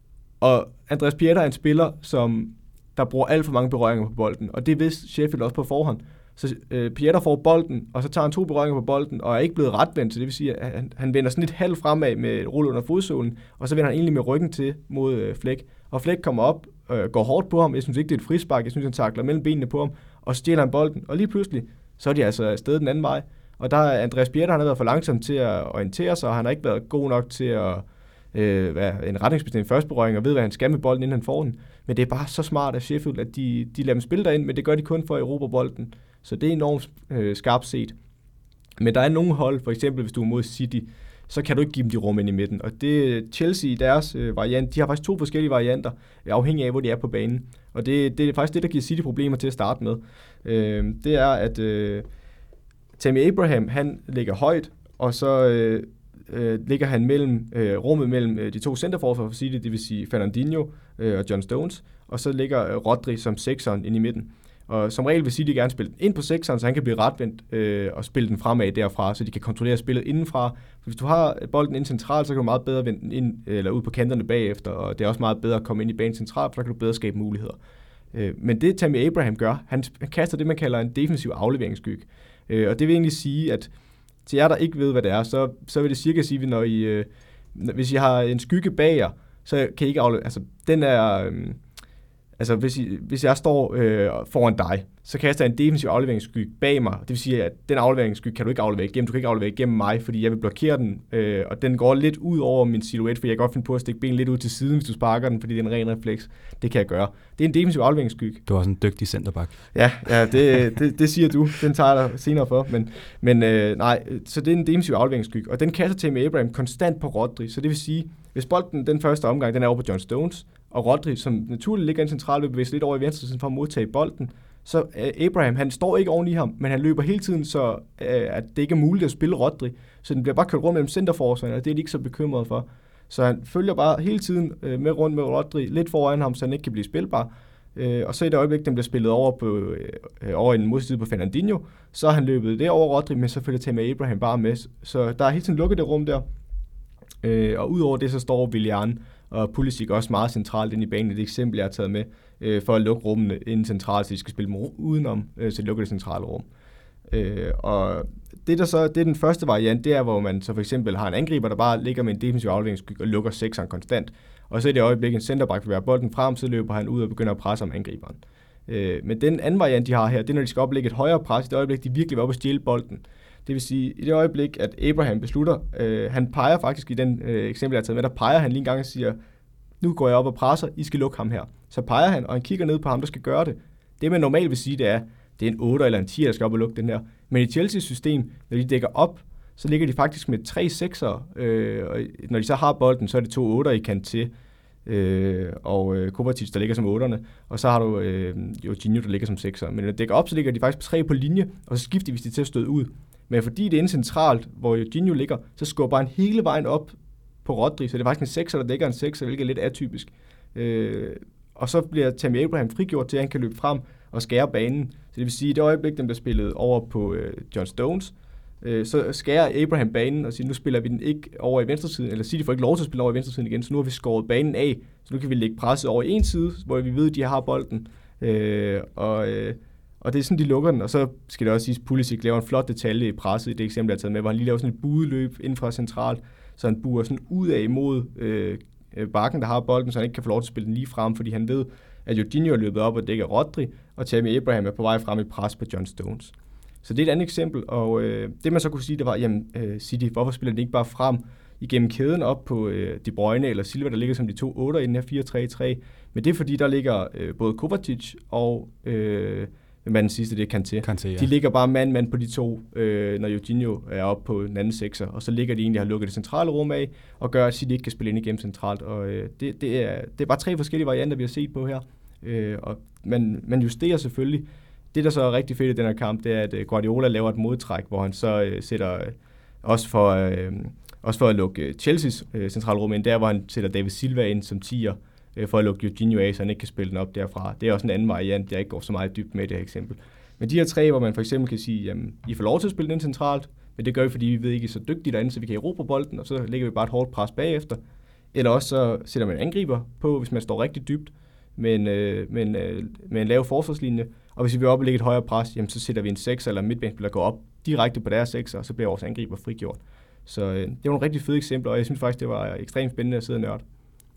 Og Andreas Pieter er en spiller, som der bruger alt for mange berøringer på bolden, og det vidste Sheffield også på forhånd. Så øh, Pieter får bolden, og så tager han to berøringer på bolden, og er ikke blevet retvendt, så det vil sige, at han, han vender sådan lidt halv fremad med rulle under fodsålen, og så vender han egentlig med ryggen til mod øh, Fleck. Og Fleck kommer op, øh, går hårdt på ham, jeg synes ikke, det er et frispark, jeg synes, han takler mellem benene på ham, og så stjæler han bolden, og lige pludselig, så er de altså afsted den anden vej. Og der er Andreas Bjerre, han har været for langsom til at orientere sig, og han har ikke været god nok til at øh, være en retningsbestemt førsteberøring og ved, hvad han skal med bolden, inden han får den. Men det er bare så smart af Sheffield, at de, de lader dem spille derind, men det gør de kun for at erobre bolden. Så det er enormt øh, skarpt set. Men der er nogle hold, for eksempel hvis du er mod City, så kan du ikke give dem de rum ind i midten. Og det Chelsea, deres øh, variant, de har faktisk to forskellige varianter, afhængig af, hvor de er på banen. Og det, det er faktisk det, der giver City problemer til at starte med. Øh, det er, at øh, Tammy Abraham, han ligger højt, og så øh, øh, ligger han mellem øh, rummet mellem øh, de to centerforsvar for City, det vil sige Fernandinho øh, og John Stones, og så ligger øh, Rodri som sekseren inde i midten. Og som regel vil City gerne spille ind på sekseren, så han kan blive retvendt øh, og spille den fremad derfra, så de kan kontrollere spillet indenfra. For hvis du har bolden ind centralt, så kan du meget bedre vende den ind, eller ud på kanterne bagefter, og det er også meget bedre at komme ind i banen centralt, for så kan du bedre skabe muligheder. Øh, men det Tammy Abraham gør, han, han kaster det, man kalder en defensiv afleveringsskyg. Øh, og det vil egentlig sige, at til jer, der ikke ved, hvad det er, så, så vil det cirka sige, at når I, øh, hvis I har en skygge bag jer, så kan I ikke aflevere. Altså, den er... Øh, Altså, hvis, I, hvis jeg står øh, foran dig, så kaster jeg en defensiv afleveringsskyg bag mig. Det vil sige, at den afleveringsskyg kan du ikke aflevere igennem. Du kan ikke aflevere igennem mig, fordi jeg vil blokere den. Øh, og den går lidt ud over min silhuet, for jeg kan godt finde på at stikke ben lidt ud til siden, hvis du sparker den, fordi det er en ren refleks. Det kan jeg gøre. Det er en defensiv afleveringsskyg. Du er også en dygtig centerback. Ja, ja det, det, det siger du. Den tager jeg dig senere for. Men, men øh, nej, så det er en defensiv afleveringsskyg. Og den kaster Tammy Abraham konstant på Rodri. Så det vil sige, hvis bolden den første omgang, den er over på John Stones, og Rodri, som naturligt ligger en central, vil bevæge sig lidt over i venstre siden for at modtage bolden, så uh, Abraham, han står ikke oven i ham, men han løber hele tiden, så uh, at det ikke er muligt at spille Rodri. Så den bliver bare kørt rundt mellem centerforsvarerne, og det er de ikke så bekymrede for. Så han følger bare hele tiden uh, med rundt med Rodri, lidt foran ham, så han ikke kan blive spilbar. Uh, og så i det øjeblik, den bliver spillet over, på, uh, over i den modside på Fernandinho, så har han løbet det over Rodri, men så følger Tammy Abraham bare med. Så der er hele tiden lukket det rum der. Uh, og udover det, så står Willian og Pulisic også meget centralt inde i banen. Det eksempel, jeg har taget med, øh, for at lukke rummene inden centralt, så de skal spille dem udenom, øh, så de lukker det centrale rum. Øh, og det, der så, det er den første variant, det er, hvor man så for eksempel har en angriber, der bare ligger med en defensiv afleveringsskyg og lukker sekseren konstant. Og så i det øjeblik, en centerback vil være bolden frem, så løber han ud og begynder at presse om angriberen. Øh, men den anden variant, de har her, det er, når de skal oplægge et højere pres, i det øjeblik, de virkelig vil op og stjæle bolden. Det vil sige, i det øjeblik, at Abraham beslutter, øh, han peger faktisk i den øh, eksempel, jeg har taget med, der peger han lige en gang og siger, nu går jeg op og presser, I skal lukke ham her. Så peger han, og han kigger ned på ham, der skal gøre det. Det man normalt vil sige, det er, det er en otter eller en ti, der skal op og lukke den her. Men i Chelsea's system, når de dækker op, så ligger de faktisk med tre sekser, øh, og når de så har bolden, så er det to otter i kant til, øh, og øh, Kovacic, der ligger som otterne, og så har du øh, Jorginho, der ligger som sekser. Men når de dækker op, så ligger de faktisk på tre på linje, og så skifter de til at støde ud. Men fordi det er inde centralt, hvor Jorginho ligger, så skubber han hele vejen op på Rodri, så det er faktisk en sekser, der dækker en sekser, hvilket er lidt atypisk. Øh, og så bliver Tammy Abraham frigjort til, at han kan løbe frem og skære banen. Så det vil sige, at i det øjeblik, den bliver spillet over på øh, John Stones, øh, så skærer Abraham banen og siger, nu spiller vi den ikke over i venstresiden, eller siger, de får ikke lov til at spille over i venstresiden igen, så nu har vi skåret banen af, så nu kan vi lægge presset over i en side, hvor vi ved, at de har bolden. Øh, og, øh, og det er sådan, de lukker den, og så skal det også siges, at Pulisic laver en flot detalje i presset, i det eksempel, jeg har taget med, hvor han lige laver sådan et budeløb inden fra centralt, så han buer sådan ud af imod øh, bakken, der har bolden, så han ikke kan få lov til at spille den lige frem, fordi han ved, at Jorginho er løbet op og dækker Rodri, og Tammy Abraham er på vej frem i pres på John Stones. Så det er et andet eksempel, og øh, det man så kunne sige, det var, jamen øh, City, hvorfor spiller de ikke bare frem igennem kæden op på øh, De Bruyne eller Silva, der ligger som de to otter i den her fire tre tre, men det er fordi, der ligger øh, både Kovacic og øh, hvad den sidste, det er Kanté. Kanté, ja. De ligger bare mand-mand på de to, øh, når Jorginho er oppe på den anden sekser, og så ligger de egentlig har lukket det centrale rum af, og gør, at City ikke kan spille ind igennem centralt. Og øh, det, det, er, det er bare tre forskellige varianter, vi har set på her. Øh, og man, man justerer selvfølgelig. Det, der så er rigtig fedt i den her kamp, det er, at Guardiola laver et modtræk, hvor han så øh, sætter, øh, også, for, øh, også for at lukke Chelseas øh, centrale rum ind, der hvor han sætter David Silva ind som tier, for at lukke Jorginho af, så han ikke kan spille den op derfra. Det er også en anden variant, jeg ikke går så meget dybt med i det her eksempel. Men de her tre, hvor man for eksempel kan sige, jamen, I får lov til at spille den centralt, men det gør vi, fordi vi ved ikke, I er så dygtige derinde, så vi kan erobre bolden, og så lægger vi bare et hårdt pres bagefter. Eller også så sætter man en angriber på, hvis man står rigtig dybt, med en, øh, med en, øh, med en lav forsvarslinje. Og hvis vi vil op og lægge et højere pres, jamen, så sætter vi en sekser eller midtbanespiller går op direkte på deres sekser, og så bliver vores angriber frigjort. Så øh, det var nogle rigtig fede eksempler, og jeg synes faktisk, det var ekstremt spændende at sidde og nørde.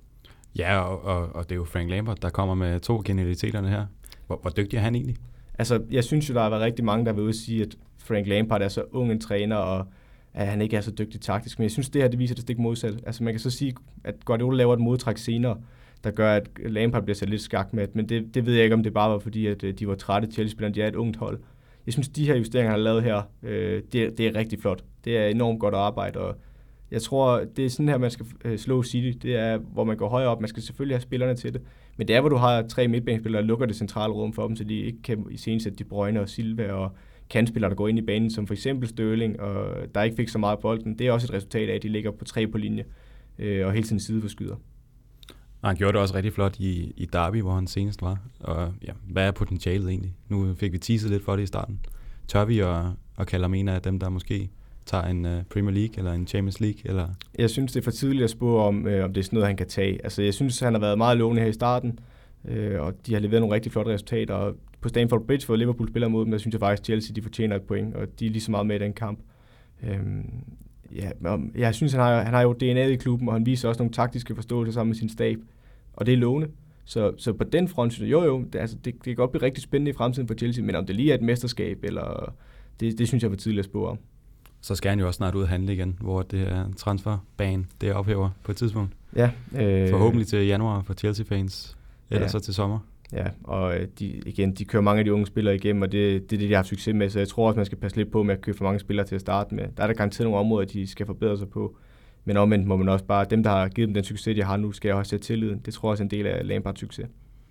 Ja, og, og, og det er jo Frank Lampard, der kommer med to genialiteterne her. Hvor, hvor dygtig er han egentlig? Altså, jeg synes jo, der har været rigtig mange, der vil ude sige, at Frank Lampard er så ung en træner, og at han ikke er så dygtig taktisk. Men jeg synes, det her det viser det stik modsat. Altså man kan så sige, at Guardiola laver et modtræk senere, der gør, at Lampard bliver sat lidt skakmat. Men det, det ved jeg ikke, om det bare var fordi, at de var trætte Chelsea-spillerne. De er et ungt hold. Jeg synes, de her justeringer, han har lavet her, øh, det, er, det er rigtig flot. Det er enormt godt arbejde, og jeg tror, det er sådan her, man skal øh, slå City. Det er, hvor man går højere op. Man skal selvfølgelig have spillerne til det. Men det er, hvor du har tre midtbanespillere, der lukker det centrale rum for dem, så de ikke kan iscenesætte De Bruyne og Silva og kantspillere, der går ind i banen, som for eksempel Sterling, og der ikke fik så meget bolden. Det er også et resultat af, at de ligger på tre på linje, øh, og hele tiden sideforskyder. Og han gjorde det også rigtig flot i, i Derby, hvor han senest var. Og ja, hvad er potentialet egentlig? Nu fik vi teaset lidt for det i starten. Tør vi at, at kalde ham en af dem, der måske tager en uh, Premier League eller en Champions League? Eller? Jeg synes, det er for tidligt at spørge om, øh, om det er sådan noget, han kan tage. Altså, jeg synes, han har været meget lovende her i starten, øh, og de har leveret nogle rigtig flotte resultater. Og på Stamford Bridge, hvor Liverpool spiller mod dem, der synes jeg faktisk, Chelsea de fortjener et point, og de er lige så meget med i den kamp. Øhm, ja, jeg synes, han har, han har jo D N A'et i klubben, og han viser også nogle taktiske forståelser sammen med sin stab, og det er lovende. Så, så på den front, synes jeg, jo jo, det, altså, det, det kan godt blive rigtig spændende i fremtiden for Chelsea, men om det lige er et mesterskab, eller det, det synes jeg er for tidligt at spørge om. Så skal han jo også snart ud og handle igen, hvor det er transferban, det ophæver på et tidspunkt. Ja. Øh, Forhåbentlig til januar for Chelsea-fans, eller ja. så til sommer. Ja, og de, igen, de kører mange af de unge spillere igennem, og det, det er det, de har haft succes med, så jeg tror også, man skal passe lidt på med at købe for mange spillere til at starte med. Der er der garanteret nogle områder, de skal forbedre sig på, men omvendt må man også bare, dem der har givet dem den succes, de har nu, skal jeg også sætte tilliden. Det tror jeg også er en del af Lampards succes.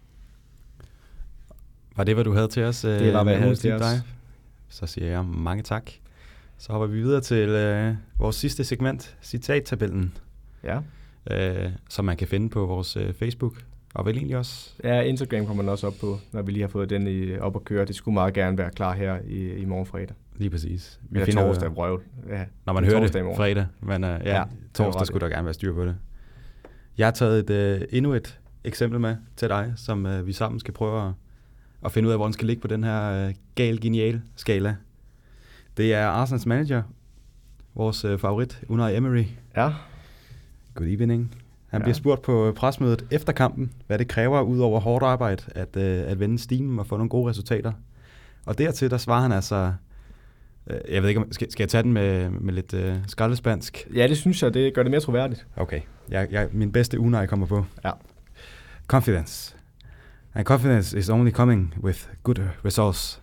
Var det, hvad du havde til os? Det var, hvad jeg havde til os. Så siger jeg mange tak. Så hopper vi videre til øh, vores sidste segment, citattabellen, ja. øh, som man kan finde på vores øh, Facebook. Og vel egentlig også? Ja, Instagram kommer man også op på, når vi lige har fået den i, op at køre. Det skulle meget gerne være klar her i, i morgen fredag. Lige præcis. Vi ja, finder torsdag røv. Ja, når man hører det fredag, men uh, ja, ja, torsdag skulle der gerne være styr på det. Jeg har taget et, uh, endnu et eksempel med til dig, som uh, vi sammen skal prøve at, at finde ud af, hvor den skal ligge på den her uh, gal-genial skala. Det er Arsenals manager, vores uh, favorit, Unai Emery. Ja. Good evening. Han ja. bliver spurgt på presmødet efter kampen, hvad det kræver ud over hårdt arbejde at, øh, at vende stimen og få nogle gode resultater. Og dertil, der svarer han altså, øh, jeg ved ikke, skal, skal jeg tage den med, med lidt øh, skraldespansk? Ja, det synes jeg, det gør det mere troværdigt. Okay, jeg, jeg, min bedste Unai kommer på. Ja. Confidence. And confidence is only coming with good results.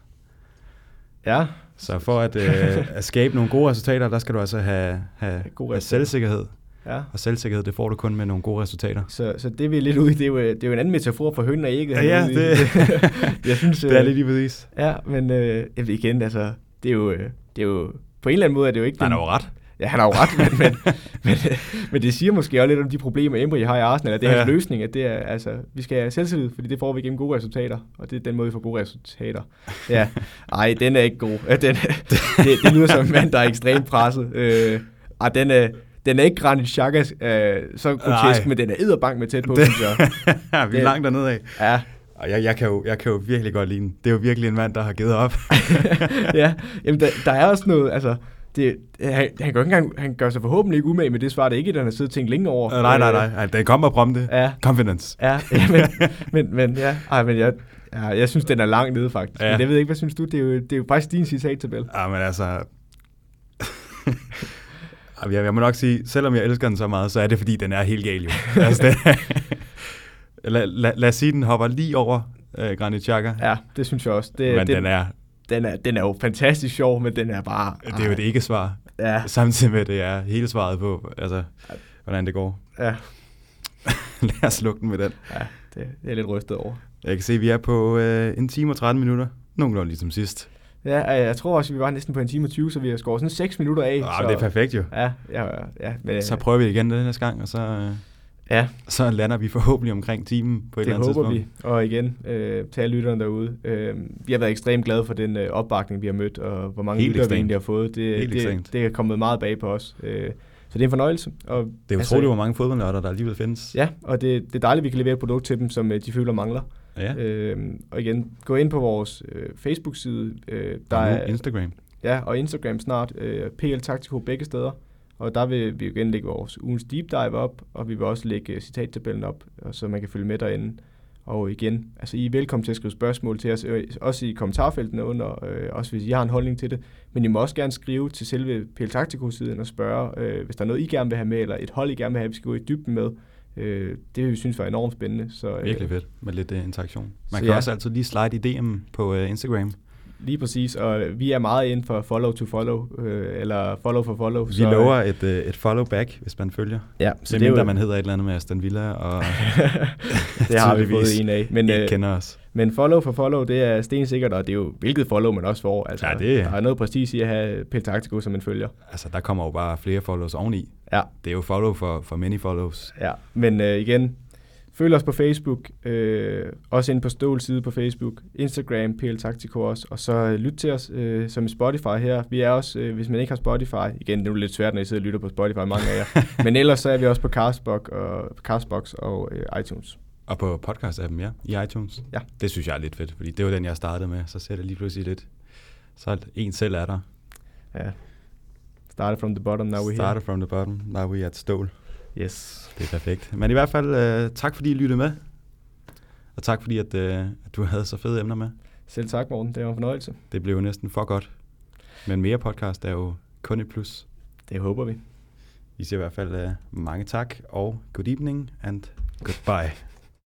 Ja. Så for at, øh, at skabe nogle gode resultater, der skal du altså have, have, have selvsikkerhed. Ja. Og selvsikkerhed, det får du kun med nogle gode resultater. Så, så det vi er lidt ude i, det er jo, det er jo en anden metafor for hønnen og ægget. Ja, ja, det, jeg synes, det er lidt i præcis. Ja, men øh, jeg ved igen, altså, det er, jo, det er jo, på en eller anden måde er det jo ikke... Han har jo ret. Ja, han har jo ret, men, men, men, men det siger måske også lidt om de problemer, Emery har i Arsenal, at det er ja. hans løsning, at det er, altså, vi skal have selvtillid, fordi det får vi gennem gode resultater, og det er den måde, vi får gode resultater. Ja, ej, den er ikke god. Den, det, det lyder som en mand, der er ekstremt presset. Øh, ej, den er... Den er ikke Granit Xhaka øh, så grotesk, men den er edderbank med tæt på, synes jeg. Ja, vi er langt dernede af. Ja. Og jeg, jeg, kan jo, jeg kan jo virkelig godt lide den. Det er jo virkelig en mand, der har givet op. Ja, jamen der, der er også noget, altså, det, han, han, gør ikke engang, han gør sig forhåbentlig ikke umage med det svar, det er ikke, at han har siddet og tænkt længe over. Uh, nej, nej, nej, nej, det kommer prompte. Ja. Confidence. Ja, ja men, men, men, ja. Ej, men jeg, ja, jeg synes, den er langt nede, faktisk. Ja. Men jeg ved ikke, hvad synes du? Det er jo, det er jo faktisk din citattabel. Ja, men altså... Jeg, jeg må nok sige, selvom jeg elsker den så meget, så er det, fordi den er helt gal jo. Altså, det, lad, lad, lad os sige, den hopper lige over uh, Granit Xhaka. Ja, det synes jeg også. Det, men det, den, er, den, er, den er jo fantastisk sjov, men den er bare... Det er jo et ikke-svar. Ja. Samtidig med, det er hele svaret på, altså, hvordan det går. Ja. Lad os lukke den med den. Ja, det, det er jeg lidt rystet over. Jeg kan se, at vi er på uh, en time og tretten minutter. Nogenlunde ligesom sidst. Ja, jeg tror også, at vi var næsten på en time og tyve, så vi har skåret sådan seks minutter af. Ja, så... det er perfekt jo. Ja, ja, ja. Men, så prøver vi igen den næste gang, og så, ja. så lander vi forhåbentlig omkring timen på et det eller andet tidspunkt. Det håber vi. Og igen, øh, til alle lytterne derude. Øh, vi har været ekstremt glade for den øh, opbakning, vi har mødt, og hvor mange lyttere vi egentlig har fået. Det, det, det er kommet meget bag på os. Øh, så det er en fornøjelse. Og, det er utroligt, altså, hvor mange fodboldnørder, der alligevel findes. Ja, og det, det er dejligt, at vi kan levere et produkt til dem, som øh, de føler mangler. Ja. Øh, og igen, gå ind på vores øh, Facebook-side. Øh, der og er Instagram. Ja, og Instagram snart. Øh, P L Taktiko begge steder. Og der vil vi jo igen lægge vores ugens deep dive op, og vi vil også lægge citattabellen op, så man kan følge med derinde. Og igen, altså I er velkommen til at skrive spørgsmål til os, også i kommentarfeltene under, øh, også hvis I har en holdning til det. Men I må også gerne skrive til selve P L Taktiko-siden og spørge, øh, hvis der er noget, I gerne vil have med, eller et hold, I gerne vil have, vi skal gå i dybden med. Øh, det vil vi synes var enormt spændende. Så, øh, Virkelig fedt med lidt uh, interaktion. Man kan ja. også altid lige slide i D M på uh, Instagram. Lige præcis, og vi er meget inden for follow to follow, øh, eller follow for follow. Vi så, lover et, uh, et follow back, hvis man følger. Ja, så det, det er mindre, jo... man hedder et eller andet med Aston Villa, og det har vi fået en af. Men, ikke kender os. Men follow for follow, det er stensikkert, og det er jo hvilket follow man også får. Altså, ja, det... Der er noget prestige i at have P L Taktiko som en følger. Altså, der kommer jo bare flere follows oveni. Ja. Det er jo follow for, for many follows. Ja, men øh, igen... Følg os på Facebook, øh, også inde på Ståls side på Facebook, Instagram, P L Taktiko også, og så øh, lyt til os øh, som i Spotify her. Vi er også, øh, hvis man ikke har Spotify, igen, det er jo lidt svært, når I sidder og lytter på Spotify, mange af jer, men ellers så er vi også på Castbox og, Castbox og øh, iTunes. Og på podcast-appen, ja, i iTunes. Ja. Det synes jeg er lidt fedt, fordi det var den, jeg startede med, så ser det lige pludselig lidt, så en selv er der. Ja, started from the bottom, now we're here. Started from the bottom, now we're at Stål. Yes. Det er perfekt. Men i hvert fald, uh, tak fordi I lyttede med. Og tak fordi, at, uh, at du havde så fede emner med. Selv tak, Morten. Det var en fornøjelse. Det blev jo næsten for godt. Men mere podcast er jo kun et plus. Det håber vi. I siger i hvert fald uh, mange tak, og good evening and goodbye.